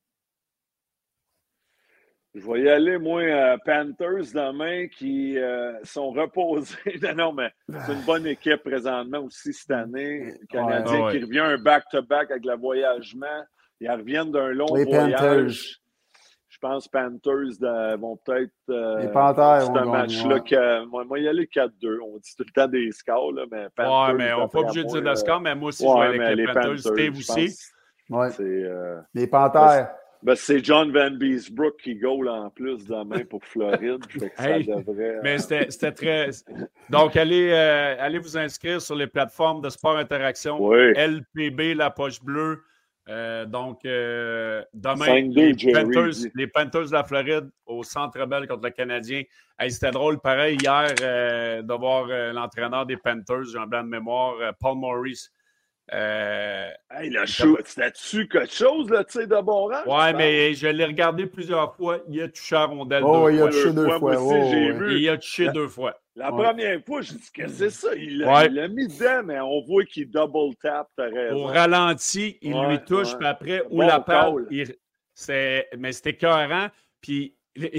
Je vais y aller, moi, euh, Panthers demain qui euh, sont reposés. non, non, mais c'est une bonne équipe présentement aussi cette année. Le Canadien Ouais. qui revient un back-to-back avec le voyagement. Ils reviennent d'un long Les voyage. Panthers. Je pense que Panthers de, vont peut-être. Euh, Les Panthers c'est vont un gagner, match-là ouais. que. Moi, moi, y aller quatre deux. On dit tout le temps des scores, là, mais Panthers. Ouais, mais on n'est pas obligé de dire de score, mais moi aussi, je ouais, vais aller mais avec les les Panthers. Panthers, Steve je aussi. pense Ouais. C'est. Euh, Les Panthères. ben, c'est John Van Beesbrook qui goal en plus demain pour Floride. Fait que Hey, ça devrait. Mais c'était c'était très. Donc, allez, euh, allez vous inscrire sur les plateformes de sport interaction. Oui. L P B, La Poche Bleue. Euh, donc, euh, demain, cinq deux, les Jerry Panthers, dit. les Panthers de la Floride au Centre Bell contre le Canadien. Hey, c'était drôle, pareil, hier, euh, de voir euh, l'entraîneur des Panthers, j'ai un blanc de mémoire, euh, Paul Maurice. Euh, Hey, le shoot, c'était-tu quelque chose, là, tu sais, de bon rang? ouais, mais je l'ai regardé plusieurs fois. Il a touché à rondelle Oh, deux il a fois. touché deux Moi fois. aussi, Oh, j'ai ouais. vu. Il a touché La- deux fois. La Ouais. première fois, je dis que c'est ça. Il l'a Ouais. il l'a mis dedans, mais on voit qu'il double tap, t'as raison. Au ralenti, il Ouais, lui touche, ouais. puis après, Bon ou la patte, call. il- c'est, mais c'était écœurant. Puis,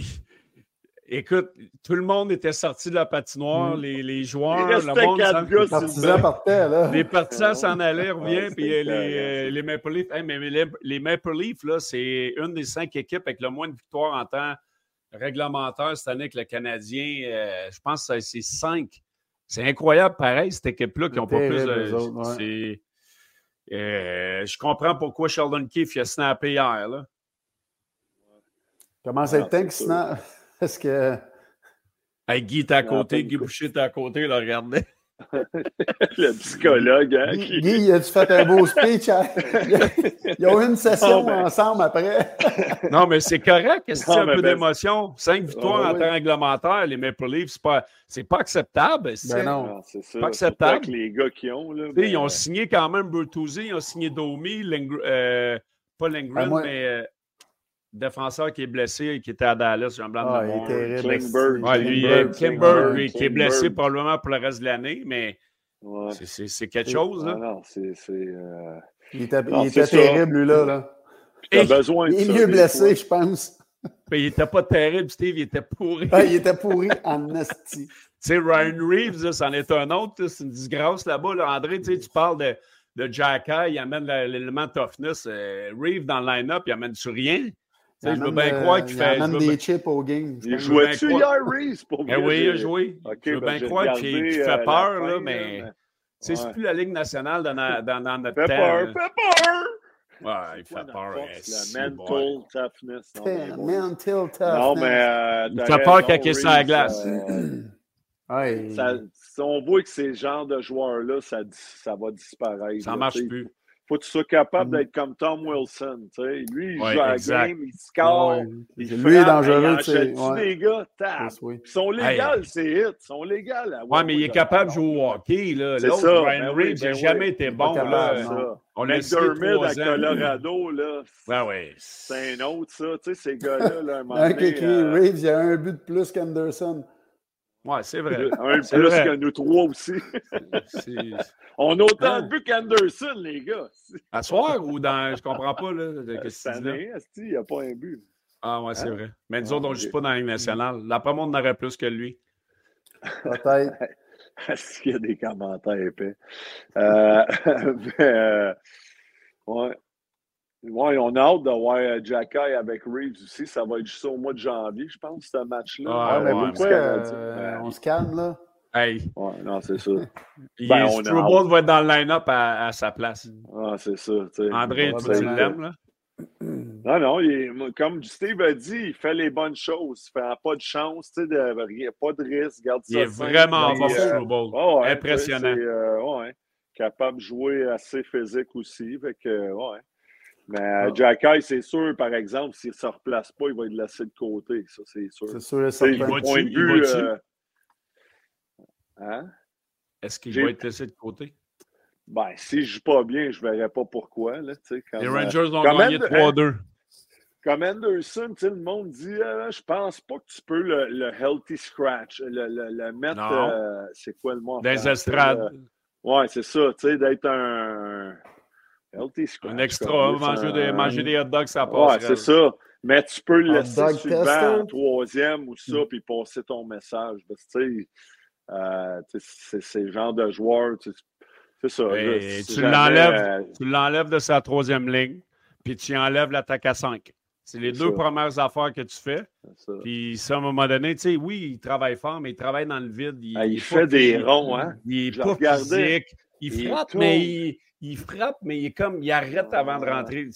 écoute, tout le monde était sorti de la patinoire, Mm. les, les Il joueurs, restait le monde. quatre s'en- gars Les sur le partisans banc. partaient, là. Les partisans Ouais. s'en allaient, Ouais, reviennent, c'était puis euh, les, écœurant, euh, ça. les Maple Leafs. Hey, mais les, les Maple Leafs, là, c'est une des cinq équipes avec le moins de victoires en temps réglementaire cette année avec le Canadien. Euh, je pense que c'est cinq. C'est incroyable, pareil, cette équipe-là, qui n'ont pas plus Terrible, de. eux autres, ouais. c'est- euh, je comprends pourquoi Sheldon Keefe il a snappé hier. Là. Comment ça Ah, être temps c'est que sûr. sinon. Est-ce que. Hey, Guy était à Non, pas côté, du Guy tout. Boucher était à côté, il le regardait. Le psychologue, hein, Guy, qui- Guy, as-tu fait un beau speech? Hein? Ils ont eu une session Ah, ben. ensemble après. Non, mais c'est correct, est-ce que c'est Non, un mais peu ben- d'émotion? Cinq victoires Ah, en oui. temps réglementaire, les Maple Leafs, c'est pas, c'est pas acceptable. c'est- Ben non. Non, c'est ça. Pas Surtout acceptable. avec les gars qui ont, là. Tu sais, mais- Ils ont signé quand même Bertuzzi, ils ont signé Domi, Lingr- euh, pas Lindgren, Ben, moi- mais euh, défenseur qui est blessé et qui était à Dallas, j'ai un blanc de Ah, il est mémoire. terrible. Klingberg. Ouais, lui, Klingberg, euh, Kimber, lui, qui est Klingberg. blessé probablement pour le reste de l'année, mais Ouais. c'est- c'est c'est quelque C'est- chose. Ah Là. non, c'est. c'est, euh, Il était, Non, il c'est était ça. terrible, lui-là. là. T'as Et- besoin de Il est ça, mieux des blessé, fois. je pense. Ben, il était pas terrible, Steve, il était pourri. Ah, il était pourri en esti. Tu sais, Ryan Reeves, là, c'en est un autre. là, C'est une disgrâce là-bas. Là. André, tu sais, tu parles de, de Jacka, il amène la- l'élément toughness. Euh, Reeves, dans le line-up, il amène sur rien. Tu sais, Il je veux amène, bien euh, croire qu'il il fait. je amène veux des bien- chips au game. Il je jouait-tu ben, hier, Reese? Pour Ben vrai, oui, il a j'ai- joué. Ok, je veux ben, bien j'ai croire qu'il regardé, qu'il euh, fait la peur, fin, là, là, mais. mais- Tu sais, c'est Ouais. plus la Ligue nationale dans, na- dans, dans notre Fais temps. peur, là. fais peur! Ouais, il C'est quoi fait notre peur. force, hein, la si, mental boy. toughness. Non, Putain, mais bon. mental toughness. Non, mais. euh, Il t'as fait peur raison, quand il est sur la Reese, glace. euh, Ouais. ça- si on voit que ces genres de joueurs-là, ça, dis- ça va disparaître. Ça là, marche tu sais. plus. faut que tu sois capable Mm. d'être comme Tom Wilson. T'sais. Lui, il Ouais, joue à la exact. game, il score, Ouais. il Lui, frappe, il est dangereux. il tu sais. enchaîne-tu Ouais. des gars? Tape. Yes, oui. Ils sont légales, Hey. ces hits. Ils sont légales. À Ouais, mais il est Warwick, capable de alors, jouer au hockey. Là. c'est L'autre, ça. Ryan Ben oui, Reeves, il n'a ben jamais oui. été Il est pas bon. capable, Là. C'est non. ça. On l'a essayé McDermott trois à ans. Colorado, là, Ben oui. c'est un autre, ça. Tu sais, ces gars-là, là, un moment Un donné, qui euh, Reeves, il y a un but de plus qu'Anderson. Ouais, c'est vrai. un C'est plus vrai. que nous trois aussi. C'est... On a autant Hein? de buts qu'Anderson, les gars. À soir ou dans. Je comprends pas, là. De... Qu'est-ce Cette que tu dis là? année, asti, il n'y a pas un but. Ah, ouais, c'est Hein? vrai. Mais nous Ah, autres, on ne ok. joue pas dans la Ligue nationale. D'après moi, on en aurait plus que lui. Peut-être. Est-ce qu'il y a des commentaires épais? Euh, mais, euh, ouais. Ouais, on a hâte de voir Jacky avec Reeves aussi. Ça va être juste au mois de janvier, je pense, ce match-là. Ouais, Ouais, mais ouais, pourquoi mais- euh, on se calme, là? Hey, Ouais, non, c'est ça. il Ben, est- on a Struble va être dans le line-up à, à sa place. Ah, c'est ça. tu sais. André, Bon, toi, tu vraiment. l'aimes, là? Non, non, il est- comme Steve a dit, il fait les bonnes choses. Il fait pas de chance, tu sais, de, rien- pas de risque. Garde Il ça est simple, vraiment puis, bon, euh, Struble. ouais, ouais, Impressionnant. tu sais, c'est, euh, ouais, capable de jouer assez physique aussi. Fait que, ouais. Mais euh, Ah. Jacky, c'est sûr, par exemple, s'il ne se replace pas, il va être laissé de côté. Ça, c'est sûr. C'est sûr et Tu sais, certain. Il va- point de il vue. va-tu? euh, hein? Est-ce qu'il J'ai- va être laissé de côté? Ben, si je joue pas bien, je ne verrais pas pourquoi. Là, tu sais, comme, Les euh, Rangers ont comme gagné Ander- trois deux. Comme Anderson, tu sais, le monde dit euh, je pense pas que tu peux le, le healthy scratch, le, le, le mettre. Non. euh, c'est quoi le mot en Des français, estrades. là? Ouais, c'est ça, tu sais, d'être un healthy scratch. Un extra. comme, Manger, un- des, manger des hot dogs, ça Ouais, passe. c'est ça. Mais tu peux le Hot laisser dog suivant tester. en troisième ou ça, Mm. puis passer ton message. Parce que, tu sais, euh, tu sais, c'est c'est le genre de joueur, tu sais, c'est ça. là, Et si tu jamais, l'enlèves, euh, tu l'enlèves de sa troisième ligne, puis tu enlèves l'attaque à cinq. C'est les C'est deux ça. premières affaires que tu fais. c'est ça. Puis ça, à un moment donné, tu sais, oui, il travaille fort, mais il travaille dans le vide. Il, Ah, il est fait pas des physique. ronds, hein? Il Je n'est pas regardais. physique. Il Il frappe, tourne. mais il, il frappe, mais il est comme, il arrête avant de Ouais. rentrer.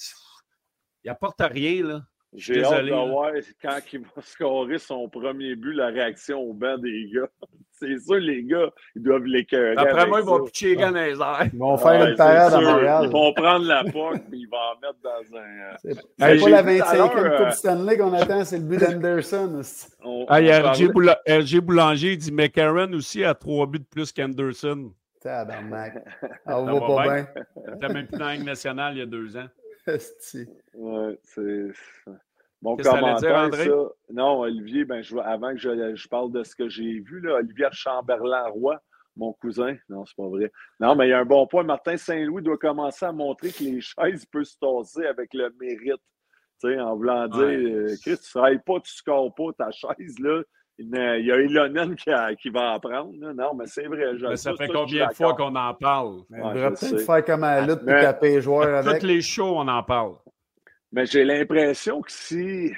Il apporte rien, là. J'ai hâte Désolé, de là. voir quand il va scorer son premier but, la réaction au banc des gars. C'est sûr, les gars, ils doivent l'écœurer. Après avec moi, il va ça. pitcher les gars dans les airs. Ils vont Ouais, faire une c'est parade à sûr. Montréal. Ils vont prendre la puck et ils vont en mettre dans un. euh, C'est Ben, c'est j'ai pas la vu tout à vingt-cinquième l'heure, Coupe euh, Stanley qu'on attend, c'est le but d'Anderson. on, Ah, il y on a R parlait- J, Boula- R J Boulanger, il dit McCarron aussi a trois buts de plus qu'Anderson. Tabarnak. On Ça va va pas bien. bien. Il était même plus dans la Ligue nationale il y a deux ans. Esti. Ouais, c'est. Bon Qu'est-ce que t'allais dire, commentaire, André? ça. Non, Olivier, ben, je, avant que je, je parle de ce que j'ai vu, là, Olivier Chamberlain-Roy, mon cousin. Non, c'est pas vrai. Non, mais il y a un bon point. Martin Saint-Louis doit commencer à montrer que les chaises peuvent se tasser avec le mérite. Tu sais, en voulant dire, Ouais. euh, Chris, tu travailles pas, tu scores pas ta chaise, là. Il y a il y a Ilonen qui, a- qui va en prendre. là. Non, mais c'est vrai. je- Mais ça fait je suis combien de fois d'accord. qu'on en parle? Mais Ouais, il devrait je peut-être sais. faire comme à la lutte Mais- puis taper les joueurs À avec. toutes les shows, on en parle. Mais j'ai l'impression que si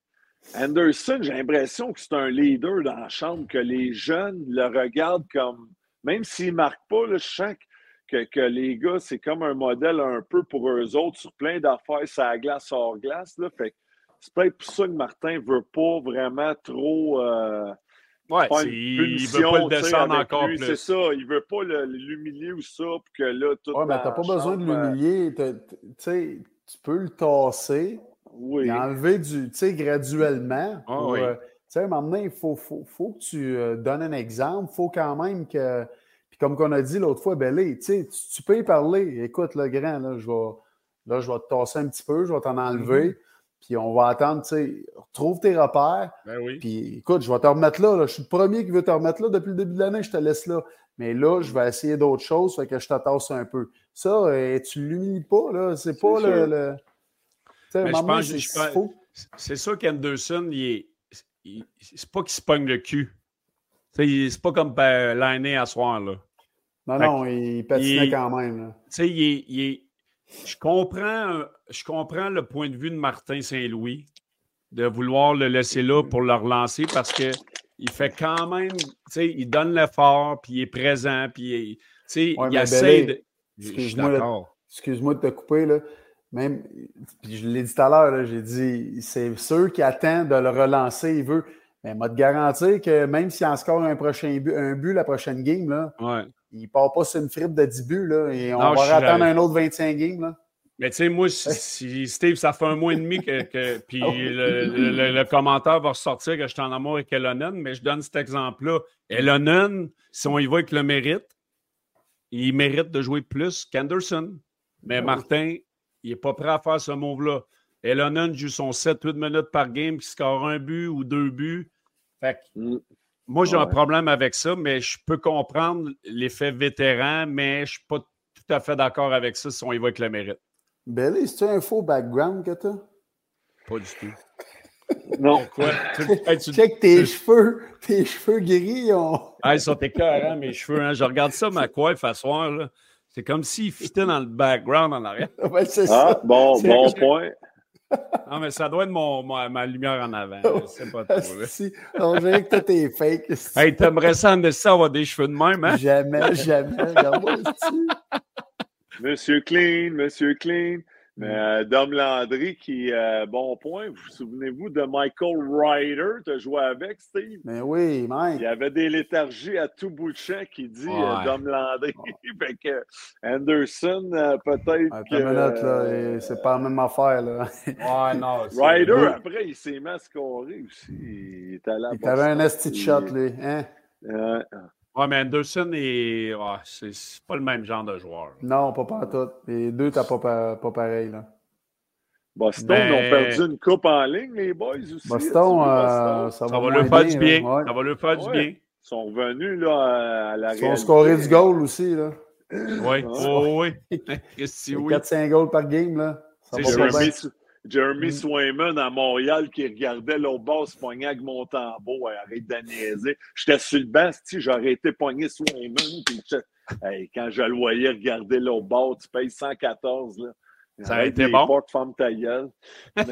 Anderson, j'ai l'impression que c'est un leader dans la chambre, que les jeunes le regardent comme, même s'ils ne marquent pas, là, je sens que, que les gars, c'est comme un modèle un peu pour eux autres sur plein d'affaires, ça glace, hors glace. Là, fait que c'est peut-être pour ça que Martin ne veut pas vraiment trop euh, Ouais, faire c'est- une il ne punition, veut pas le tu sais, descendre avec encore lui. plus. C'est ça, il ne veut pas le- l'humilier ou ça, pour que là, tout Ouais, mais dans t'as pas la besoin de chambre, euh, l'humilier. T'as- Tu sais, tu peux le tasser Oui. et enlever du, tu sais, graduellement. Ah pour, oui. euh, tu sais, à un moment donné, il faut, faut, faut que tu euh, donnes un exemple. Il faut quand même que. Puis comme qu'on a dit l'autre fois, Bellé, tu sais, tu tu peux y parler. Écoute, le grand, là, je vais, là, je vais te tasser un petit peu, je vais t'en enlever. Mm-hmm. Puis on va attendre, tu sais, retrouve tes repères. Ben oui. Puis écoute, je vais te remettre là, là. Je suis le premier qui veut te remettre là. Depuis le début de l'année, je te laisse là. Mais là, je vais essayer d'autres choses, fait que je te tasse un peu. Ça, euh, tu ne l'humilies pas, là. C'est pas C'est le. sûr. le... Tu sais, à un Mais je moment donné, pense- c'est je c'est pense- faux. C'est sûr qu'Anderson, il est. il- c'est pas qu'il se pogne le cul. Tu sais, il- c'est pas comme euh, l'année à soir, là. Non, Fait non, il patinait il- quand même. Là. Tu sais, il est, il est- je, comprends, je comprends le point de vue de Martin Saint-Louis de vouloir le laisser là pour le relancer parce qu'il fait quand même, tu sais, il donne l'effort, puis il est présent, puis il, tu sais, Ouais, il mais essaie Bellé, de... Je suis excuse-moi, là, d'accord. Excuse-moi de te couper, là. Même, puis je l'ai dit tout à l'heure, là, j'ai dit, c'est sûr qu'il attend de le relancer, il veut. Mais moi, te garantir que même s'il en score un prochain but, un but la prochaine game, là, Ouais. il ne part pas sur une fripe de dix buts, là, et on Non, va je- attendre un autre vingt-cinq games. Là. Mais tu sais, moi, si, si- Steve, ça fait un mois et demi que, que puis Ah oui. le, le- le commentaire va ressortir que je suis en amour avec Elonen, mais je donne cet exemple-là. Elonen, si on y va avec le mérite, il mérite de jouer plus qu'Anderson. Mais Ah oui. Martin, il n'est pas prêt à faire ce move-là. Elonen joue son sept huit minutes par game, puis score un but ou deux buts. Fait que, Mm. moi, j'ai Ouais. un problème avec ça, mais je peux comprendre l'effet vétéran, mais je ne suis pas tout à fait d'accord avec ça si on y va avec le mérite. Belly, c'est-tu un faux background que t'as? Pas du tout. Non. Pourquoi? Tu, hey, tu- Check tes tu- cheveux, tes cheveux gris, ont... Hey, ils sont écœurants, mes cheveux. Hein? Je regarde ça, ma coiffe à soir. Là. C'est comme s'ils fitaient dans le background en arrière. Ouais, c'est Ah, ça. bon, C'est- bon point. Non, mais ça doit être mon, ma, ma lumière en avant. Je sais pas trop. Là. Si, on dirait que tout est fake. Hey, t'aimerais ça en ça avoir des cheveux de même, hein? Jamais, jamais. Regarde-moi ici. Monsieur Clean, Monsieur Clean. Mais euh, Dom Landry qui, euh, bon point, vous vous souvenez-vous de Michael Ryder, tu as joué avec, Steve? Mais oui, Mike. Il y avait des léthargies à tout bout de champ qui dit euh, Ouais. Dom Landry. Fait que Anderson, euh, peut-être Attends que... une minute, là. euh, et C'est pas la même affaire, là. Ouais, non. c'est- Ryder, Oui. après, il s'est mis à scorer aussi. Il est allé à Il avait un Boston. esti de shot, lui. Hein? Euh, Ouais, mais Anderson, est... ouais, c'est c'est pas le même genre de joueur. Non, pas partout. Les deux, t'as pas, pa- pas pareil, là. Boston Ben- ont perdu une coupe en ligne, les boys aussi. Boston, As-tu vu euh, Boston? ça, Ça va va moins leur faire du là. bien. Ouais. Ça va leur faire du Ouais. bien. Ils sont revenus là, à la Ils ont réalité. scoré du goal aussi, là. Oui, Ouais. oh, oui. Christy, C'est oui. quatre cinq goals par game, là. Ça C'est va sûr. pas bien. Jeremy, Jeremy Mm. Swayman à Montréal qui regardait l'autre bas se pogner avec mon tambour. Hey, arrête de niaiser. J'étais sur le banc, si j'aurais été pogné Swayman. Puis je- hey, quand je le voyais regarder l'autre bord, tu payes cent quatorze. Là. Ça a Arrête été des bon. portes, ferme ta gueule. Mais...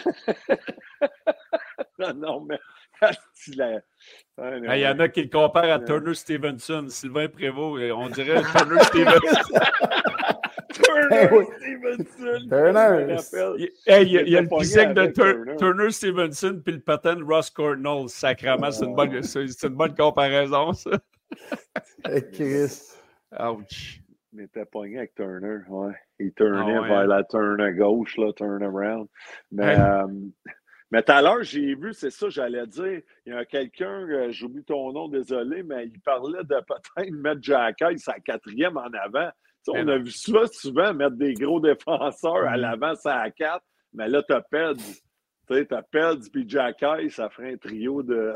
non, non, mais... il a- Ouais, non, Il y en a qui le comparent à Ouais. Turner Stevenson, Sylvain Prévost. On dirait Turner Stevenson. Turner Oui. Stevenson. Turner. je me rappelle. Il hey, il y a, il y a le Pogné physique de avec Tur- Turner. Turner Stevenson puis le patin de Ross Cornell. Sacrément, c'est une, bonne, c'est c'est une bonne comparaison, ça. Hey, Chris. Ouch. Il était pogné avec Turner, ouais. Il tournait Ah ouais, vers hein? la turn gauche, là, turn around. Mais, Hey. euh, mais tout à l'heure, j'ai vu, c'est ça, j'allais dire, il y a quelqu'un, euh, j'oublie ton nom, désolé, mais il parlait de peut-être mettre Jack Ice à quatrième en avant. Tu sais, Mais on a non. vu ça souvent, mettre des gros défenseurs à Mm. l'avant, ça à quatre, mais là, t'as Peds. Tu sais, t'as Peds puis Jack Ice, ça ferait un trio de...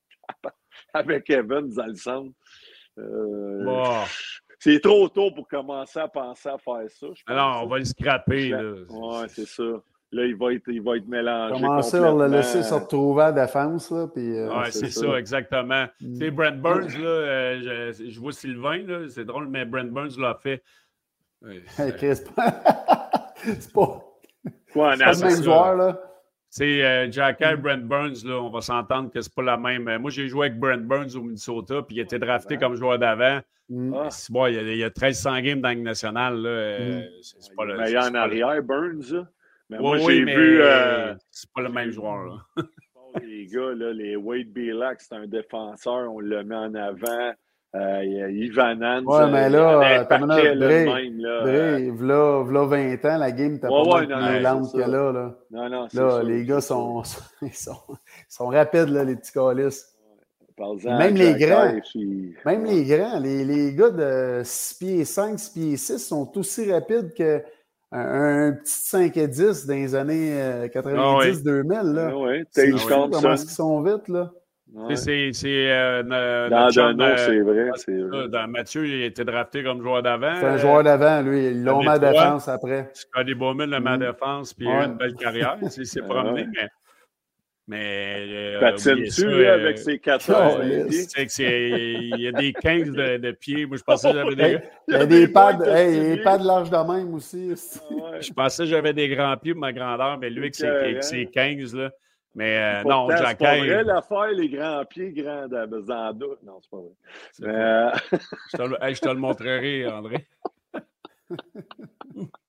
avec Evans dans le centre. Euh, Bon. C'est trop tôt pour commencer à penser à faire ça. je pense. Alors, on va le scraper. Là. Ouais, c'est ça. Là, il va être, il va être mélangé. Commencer à le complètement. laisser se retrouver à la défense, là. Puis, euh, Ouais, c'est c'est ça. ça. exactement. Mm. Tu sais, Brent Burns, là, euh, je, je vois Sylvain, là, c'est drôle, mais Brent Burns l'a fait. Ouais, Hey, Chris, c'est pas, c'est pas Quoi, en c'est pas le c'est même ça. joueur, là. C'est euh, Jack Eye, Brent Burns, là, on va s'entendre que c'est pas la même. Moi, j'ai joué avec Brent Burns au Minnesota, puis il était drafté comme joueur d'avant. Mm. Ah, C'est bon, il y a, il y a treize cents games dans la Ligue nationale. Là, euh, c'est c'est pas il est le. meilleur c'est en pas le- arrière, Burns. là. Mais Oui, moi, oui, j'ai mais vu euh, c'est pas le même joueur. Là. les gars, là, les Wade Belak, c'est un défenseur, on le met en avant. Euh, il y a Ivan Hans. Ouais, mais euh, là, il y en a un attends une paquet, minute, là, de Dre, même, là. Euh, Dre, v'là, v'là vingt ans, la game était Ouais, pas ouais, mal non, plus non, lente c'est que ça. là, là. Non, non, c'est Là, sûr, les gars c'est sont, ils sont, ils sont rapides, là, les petits calices. Parle-en Même à les Jack grands. Ice, puis- Même ouais. les grands, les, les gars de six pieds cinq, six pieds six sont aussi rapides qu'un un petit cinq et dix dans les années euh, quatre-vingt-dix deux mille. Là. Ah ouais, C'est Tage fou Thompson. comment ils sont vite, là. Ouais. C'est c'est, euh, no- Dans notre chum, Dono, euh, c'est vrai. ouais, C'est vrai. ça, dans Mathieu, il a été drafté comme joueur d'avant. C'est un Euh, joueur d'avant, lui. Ils l'ont mis à Détroit. défense après. Scotty Bowman le met à Mm. défense, puis il a eu Ouais. une belle carrière. Tu sais, il s'est Ah promené, ouais. mais. Mais. euh, oubliez Patine-tu, ça, lui, euh, avec ses quatorze Oh, pieds? tu sais que c'est- il y a des quinze de, de pieds. Moi, je pensais que j'avais des, Hey, il y a Il y a des des pads, boys de hey, six des pieds. pads larges de même aussi. Ah ouais. je pensais que j'avais des grands pieds pour ma grandeur, mais lui, avec ses, avec ses quinze, là. Mais euh, non, Pourtant, Jack c'est pas Eye, vrai l'affaire, les grands pieds grands dans doute. Non, c'est pas vrai. c'est Mais, pas- euh, je, te, le- hey, je te le montrerai, André.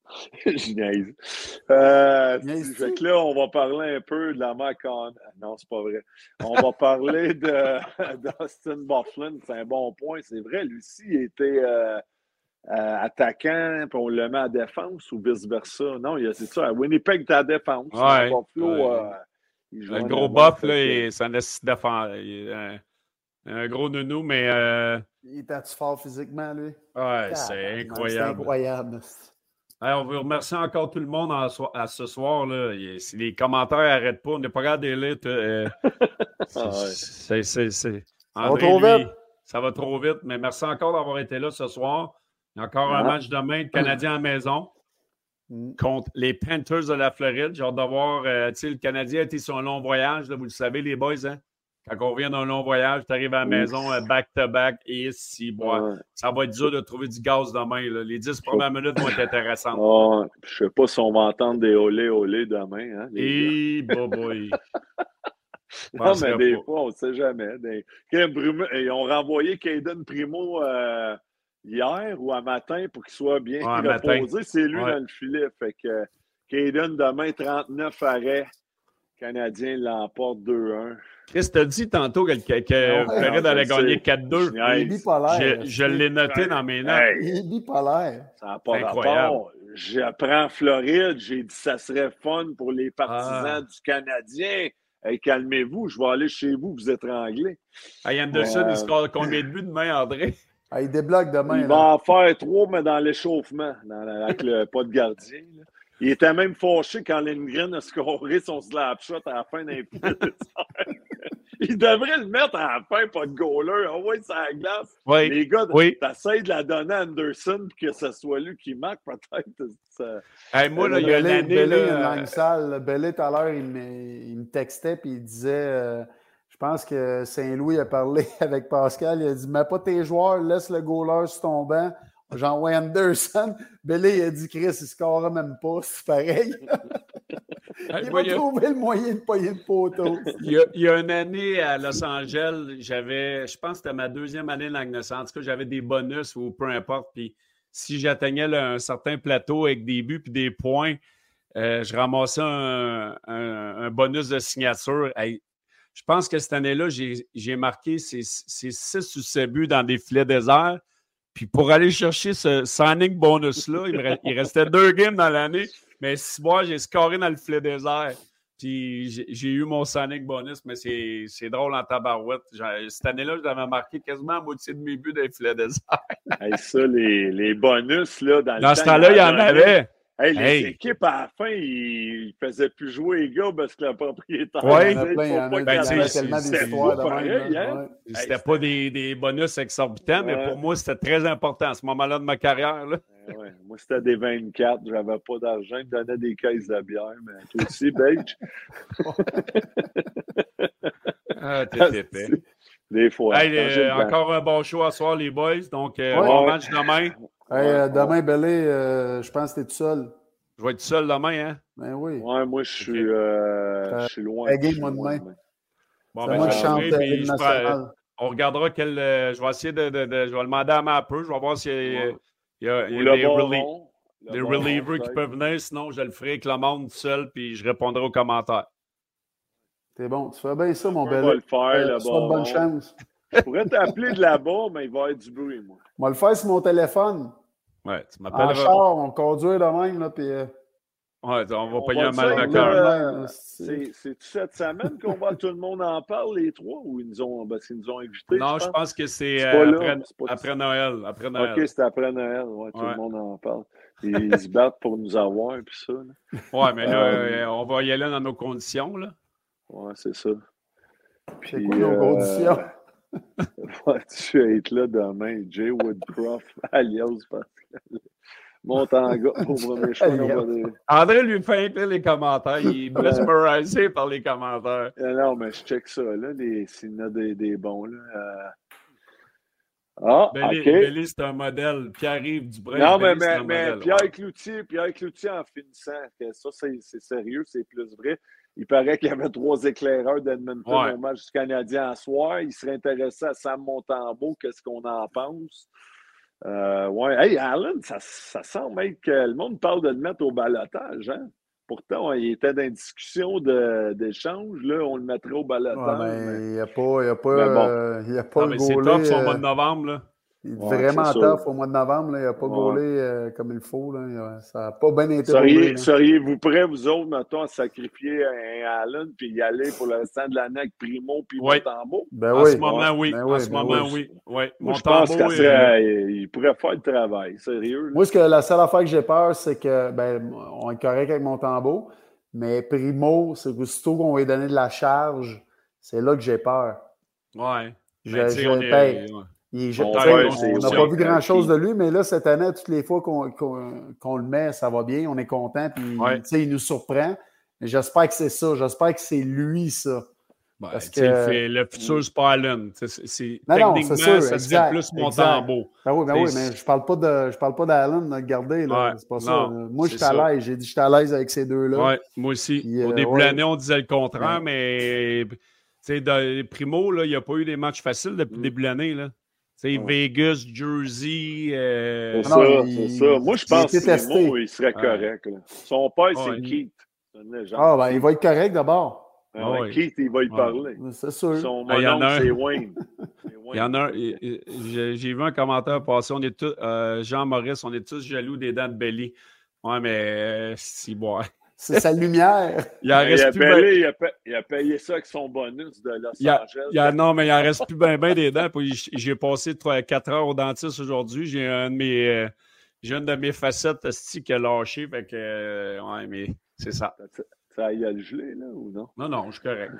Je niaise. Euh, Niaise-tu? fait que là, on va parler un peu de la Macon. Non, c'est pas vrai. On va parler de d'Austin Bufflin. C'est un bon point. C'est vrai, lui aussi, il était euh, euh, attaquant, puis on le met à défense ou vice-versa. Non, il y a- c'est ça. À Winnipeg, t'es à défense. Ouais, À Buffalo, ouais. euh, il joue Le en gros avant, buff, fait là, que- il- ça nécessite de faire. il est Un, un gros nounou, mais euh, Il était-tu fort physiquement, lui? ouais, c'est Tabarnak, C'est incroyable. incroyable. Hey, on veut remercier encore tout le monde en so- à ce soir. Là. Il- si les commentaires n'arrêtent pas, on n'est pas regardé là. Euh, Ah ouais. c'est, c'est, c'est- Ça va André, trop lui, vite. ça va trop vite. Mais merci encore d'avoir été là ce soir. Il y a encore un Ah. match demain de Canadiens à la maison Mm. contre les Panthers de la Floride. J'ai hâte de voir. euh, tu sais, le Canadien a été sur un long voyage. Là, vous le savez, les boys. Hein? Quand on revient d'un long voyage, tu arrives à la Oui. maison euh, back-to-back et si, bois. Ouais. Ça va être dur de trouver du gaz demain. Là. Les dix premières minutes vont être intéressantes. Ah, je sais pas si on va entendre des olé olé demain. Hein, les gars. Et boy. Non, mais des fois, on ne sait jamais. Des... Brume... Ils ont renvoyé Caden Primo euh, hier ou à matin pour qu'il soit bien Ouais, reposé. C'est lui ouais. dans le filet. Fait que Caden, demain, trente-neuf arrêts. Canadien l'emporte deux un. Chris t'a dit tantôt que, que, que Ouais, Floride non, allait je gagner sais. quatre deux. Il est bipolaire. Je, je l'ai noté dans mes notes. Hey, Il est bipolaire. ça n'a pas Incroyable. rapport. J'apprends Floride. J'ai dit que ça serait fun pour les partisans Ah. du Canadien. Hey, calmez-vous, je vais aller chez vous vous étrangler. Hey, Anderson, Euh, il score combien de buts demain, André? Ah, il débloque demain. Il là. va en faire trois, mais dans l'échauffement, dans la- avec le pas de gardien. Là. Il était même fâché quand Lindgren a scoré son slap shot à la fin d'un filet. Il devrait le mettre à la fin, pas de goaler. Ah ouais, c'est à la glace. Oui. Les gars, Oui. t'essayes de la donner à Anderson puis que ce soit lui qui marque, peut-être. Ça... Hey, moi, là, il y a une Bellé, année. Bellé, il y a Là, une langue sale. là. Bellé, tout à l'heure, il me, il me textait puis il disait euh, je pense que Saint-Louis a parlé avec Pascal. Il a dit mets pas tes joueurs, laisse le goaler sur ton banc. J'envoie Anderson. Bellé, il a dit Chris, il ne scorera même pas. C'est pareil. hey, il moi, va il y a- trouver le moyen de payer le poteau. Il y, a, il y a une année à Los Angeles, j'avais, je pense que c'était ma deuxième année de l'Agnes. En tout cas, j'avais des bonus ou peu importe. Puis si j'atteignais là, un certain plateau avec des buts puis des points, euh, je ramassais un, un, un bonus de signature. Hey, je pense que cette année-là, j'ai, j'ai marqué ces, ces six ou sept buts dans des filets déserts. Puis pour aller chercher ce signing bonus-là, il, me re- il restait deux games dans l'année. Mais si moi, j'ai scoré dans le filet désert. Puis j'ai, j'ai eu mon signing bonus, mais c'est, c'est drôle en tabarouette. J'ai- cette année-là, j'avais marqué quasiment la moitié de mes buts dans le filet désert. Hey, ça, les, les bonus, là, dans le Dans ce temps, temps-là, il y en avait. avait. Hey, les Hey. équipes, à la fin, ils ne faisaient plus jouer les gars parce que le propriétaire Ouais. Il y en a disait, plein, il y faut en a, pas il y Ben, en tu a sais, tellement c'est- des c'est histoires de fou, même. pareil, là. hein? Ouais. C'était Hey, pas des, des bonus exorbitants, mais Ouais. pour moi, c'était très important à ce moment-là de ma carrière. Là. Ouais, moi, c'était des vingt-quatre. J'avais pas d'argent. Je donnais des caisses de bière. Mais toi aussi, Beige. Ah, t'es épais. Des fois. Hey, quand j'ai euh, le temps. encore un bon show à soir, les boys. Donc, euh, Ouais. bon Ouais. match demain. Hey, Ouais, euh, on- demain, Bellé, euh, je pense que tu es tout seul. Je vais être seul demain, hein? Ben oui. Ouais, moi, je suis, Ok. euh, je suis loin. La game, je suis moi, loin demain. demain. Bon, C'est ben, moi je qui vais chante rentrer, euh, puis l'hymne je prends- national. on regardera quel. euh, je vais essayer de, de- de- Je vais le demander à ma peu. Je vais voir s'il y a, Ouais. il y a, il y Ou a le des, relie- baron. Le des baron, relievers qui peut-être. peuvent venir. Sinon, je le ferai avec le monde tout seul, puis je répondrai aux commentaires. T'es bon. Tu fais bien ça, mon On va Bellé. le faire, Euh, le souhaite bonne baron. chance. Je pourrais t'appeler de là-bas, mais il va y avoir du bruit, moi. On va le faire sur mon téléphone. Ouais, tu En m'appelleras. char, on conduit de même, là, puis... euh, Ouais, on va On payer va un le mal dire, de là, cœur. là, même, C'est, c'est- c'est-tu cette semaine qu'on va, tout le monde en parle, les trois, ou ils nous ont, ben, ils nous ont invités? Non, je je pense. pense que c'est C'est euh, pas là, après, c'est pas- après Noël. Après Noël. OK, c'est après Noël. Ouais, tout Ouais. le monde en parle. Ils se battent pour nous avoir, puis ça. Là. Ouais, mais là, Euh, euh, on va y aller dans nos conditions. Là. Ouais, c'est ça. C'est Puis, quoi nos euh, conditions? vas-tu être là demain? Jay Woodcroft, alias Pascal. Monte en gars au premier choix. on va dire. André lui fait écrire les commentaires. Il est mesmerisé par les commentaires. Euh, Non, mais je check ça, là, les- s'il y en a des, des bons. Là. Euh... Ah, Belly, OK. Belly, c'est un modèle. Pierre-Yves Dubreuil, Non, mais, Belly, c'est mais, un mais modèle. Pierre Ouais. Cloutier, Pierre Cloutier en finissant, que ça, c'est, c'est sérieux, c'est plus vrai. Il paraît qu'il y avait trois éclaireurs d'Edmonton Ouais. au match du Canadien à soir. Il serait intéressé à Sam Montembeault, qu'est-ce qu'on en pense. Euh, ouais. Hey, Allen, ça, ça semble être que le monde parle de le mettre au balotage, hein? Pourtant, il était dans une discussion de, d'échange. Là, on le mettrait au balotage. Ouais, mais mais... il n'y a pas, il a pas, mais bon. euh, il a pas Non, le mais c'est gaulé. top, son euh, mois de novembre, là. Il est Ouais, vraiment c'est tough sûr. au mois de novembre. Là, il n'a pas Ouais. gaulé euh, comme il faut. Là. Il a- ça n'a pas bien été Seriez, roulé. Là. seriez-vous prêts, vous autres, mettons, à sacrifier un Allen puis y aller pour le restant de l'année avec Primo puis Oui. Montembeau? Ben En oui. ce moment, oui. Ben en oui, ce ben moment, oui. oui. oui. Moi, je pense Montembeau, qu'il euh, pourrait faire le travail, sérieux. Là. Moi, ce que, la seule affaire que j'ai peur, c'est que, ben, on est correct avec Montembeau, mais Primo, c'est qu'aussitôt qu'on va lui donner de la charge, c'est là que j'ai peur. ouais. Je, Mais tu sais, je- on est. ben, il est- Son tu sais, père, on c'est n'a aussi pas un vu craqué. grand-chose de lui, mais là, cette année, toutes les fois qu'on qu'on- qu'on le met, ça va bien, on est content, puis Ouais. tu sais, il nous surprend. Mais j'espère que c'est ça. J'espère que c'est lui, ça. Ben, Parce tu sais, que- le, fait- le futur, c'est pas Allen. Tu sais, c'est- c'est- Non, non, techniquement, c'est sûr, ça exact, serait plus exact. Montembeau. Ben oui, ben Tu oui, sais, mais je parle pas de je parle pas d'Allen de le garder, là. Ouais, C'est pas ça. non, Moi, c'est je suis à ça. l'aise. J'ai dit je suis à l'aise avec ces deux-là. Ouais, moi aussi. Puis, Au euh, début de ouais. l'année, on disait le contraire, mais tu sais, dans- Primo, là, il n'y a pas eu des matchs faciles depuis le Mm. début de l'année. Là. Tu sais, Ouais. Vegas, Jersey. euh, C'est Non, ça, il- c'est ça. Moi, je il a pense été que Primo, testé. il serait Ouais. correct. Là. Son père, c'est Ouais. Keith. C'est une légende. Ah, ben, il va être correct d'abord. Ah ouais, Ouais. Keith, il va y Ouais. parler. C'est sûr. Son Ah, il y en a mononcle, un. c'est Wayne. C'est Il y en a un. Wayne. il- il- J'ai j'ai vu un commentaire passer. On est tous, euh, Jean Maurice, on est tous jaloux des dents de Belly. Ouais, mais euh, si, bon. C'est sa lumière. Il en Mais il, a reste plus ben- payé, il, a payé, il a payé ça avec son bonus de Los Il y a- Angeles. il y a- non, mais il en reste plus bien ben des dents. Puis j- j'ai passé trois, quatre heures au dentiste aujourd'hui. J'ai un de mes, euh, j'ai une de mes facettes esti, qui a lâché. Fait que, euh, ouais, mais c'est ça. Ça, ça a le gelé, là, ou non? Non, non, je suis correct.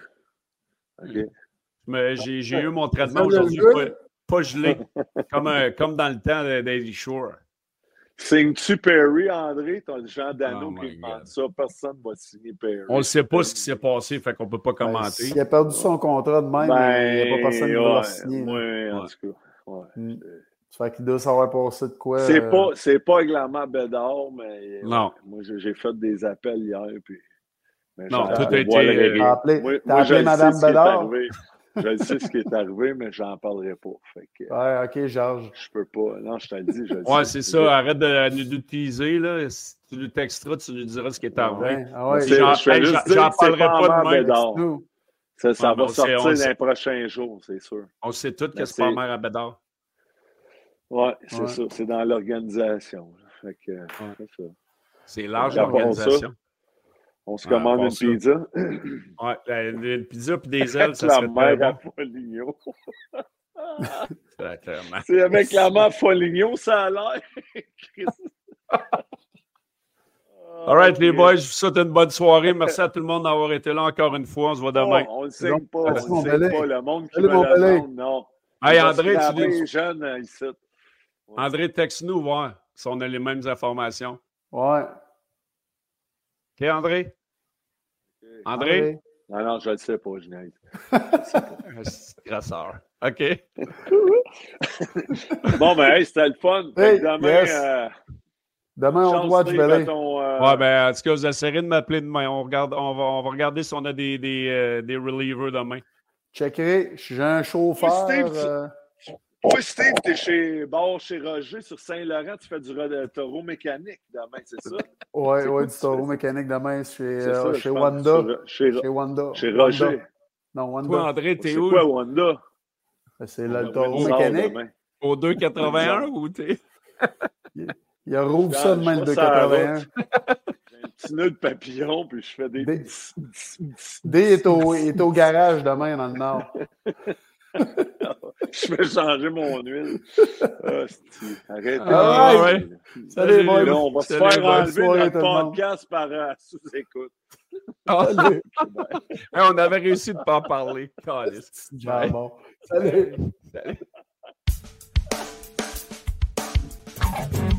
OK. Mais j'ai, j'ai eu mon traitement Ça, le aujourd'hui, jeu? pas, pas gelé, comme, un- comme dans le temps de Daily Shore. Signes-tu Perry, André? T'as le Jean Dano Oh qui my demande God. ça. Personne ne va signer Perry. On ne sait pas ce qui s'est passé, fait qu'on ne peut pas Ben, commenter. S'il a perdu son contrat de même, Ben, il n'y a pas personne qui va le ouais, signer. là. ouais, en Ouais. tout cas. Ouais. Mm. Ça fait qu'il doit savoir passer de quoi. C'est euh, pas, c'est pas règlement Bédard, mais Non. ouais, moi j'ai, j'ai fait des appels hier. Puis, mais Non, j'en tout a dévoilerai été, rien. T'as appelé, Moi, t'as moi, je appelé le Madame sais ce qui est Bédard? arrivé. Je le sais ce qui est arrivé, mais j'en parlerai pas. Fait que, Ouais, ok, Georges. je peux pas. Non, je te le dis, je le Ouais, sais. c'est ça. Arrête de nous utiliser. Là. Si tu nous texteras, tu nous diras ce qui est arrivé. Ouais, ah ouais, C'est- J'en- je fais hey, juste j'en- dire j'en que c'est parlerai pas envers demain. Bédard. nous. Ça, ça Ouais, mais va on sait- sortir on dans sait. les prochains jours, c'est sûr. On sait tous Mais que c'est pas c'est- mère à Bédard. Ouais, c'est Ouais. ça. C'est dans l'organisation. Fait que, c'est ça. C'est large, À part l'organisation. On se Ouais, à commande part une ça. pizza. Ouais, la- une pizza puis des ailes, ça la serait très mère à bon. Foligno. Ouais, clairement. C'est avec la mère Foligno, ça a l'air. Christ. All right, les Ok. boys, je vous souhaite une bonne soirée. Merci à tout le monde d'avoir été là encore une fois. On se voit demain. Oh, on le sait pas, on le Merci, mon sait Belé. pas. Le monde qui Salut, me mon le Belé. demande, non. Hey, Il va André, se tu graver dis- les jeunes euh, ici. André, texte-nous, voir si on a les mêmes informations. Ouais. OK, André? André? Non, non, je le sais pas, je n'ai. C'est grasseur. OK. Bon, ben, hey, c'était le fun. Hey, Fait que demain, yes. euh, Demain, on chance, doit du Steve, à belé. ton, euh, Ouais, ben, en tout cas, vous essayerez de m'appeler demain. On, regarde, on, va, on va regarder si on a des, des, euh, des relievers demain. Checkerai. J'ai un chauffeur. Oui, Steve, tu- euh, Oui, Steve, t'es chez Bar chez Roger sur Saint-Laurent, tu fais du ro- taureau mécanique demain, c'est ça? Ouais, C'est ouais, quoi du tu taureau fais? mécanique demain chez, C'est euh, ça, chez je pense, Wanda. sur- Chez, Chez Wanda. chez Wanda. Roger. Non, Wanda. Toi, André, t'es C'est où? quoi Wanda? C'est là, le On taureau sort mécanique. demain. Au deux quatre-vingt-un ou t'es? Il rouvre ça demain, le Je deux passe à la quatre-vingt-un. J'ai un petit nœud de papillon, puis je fais des... Des- D est au, il est au garage demain dans le Nord. Je vais changer mon huile. Ah, c'est- Arrêtez. Ah ouais. Là, Salut, boys. Là, on va se Salut, faire bonne enlever soirée, notre tout le monde. podcast par euh, sous-écoute. Ah, Salut. hey, on avait réussi de ne pas en parler. Caliste. Ah, bon. Salut. Salut.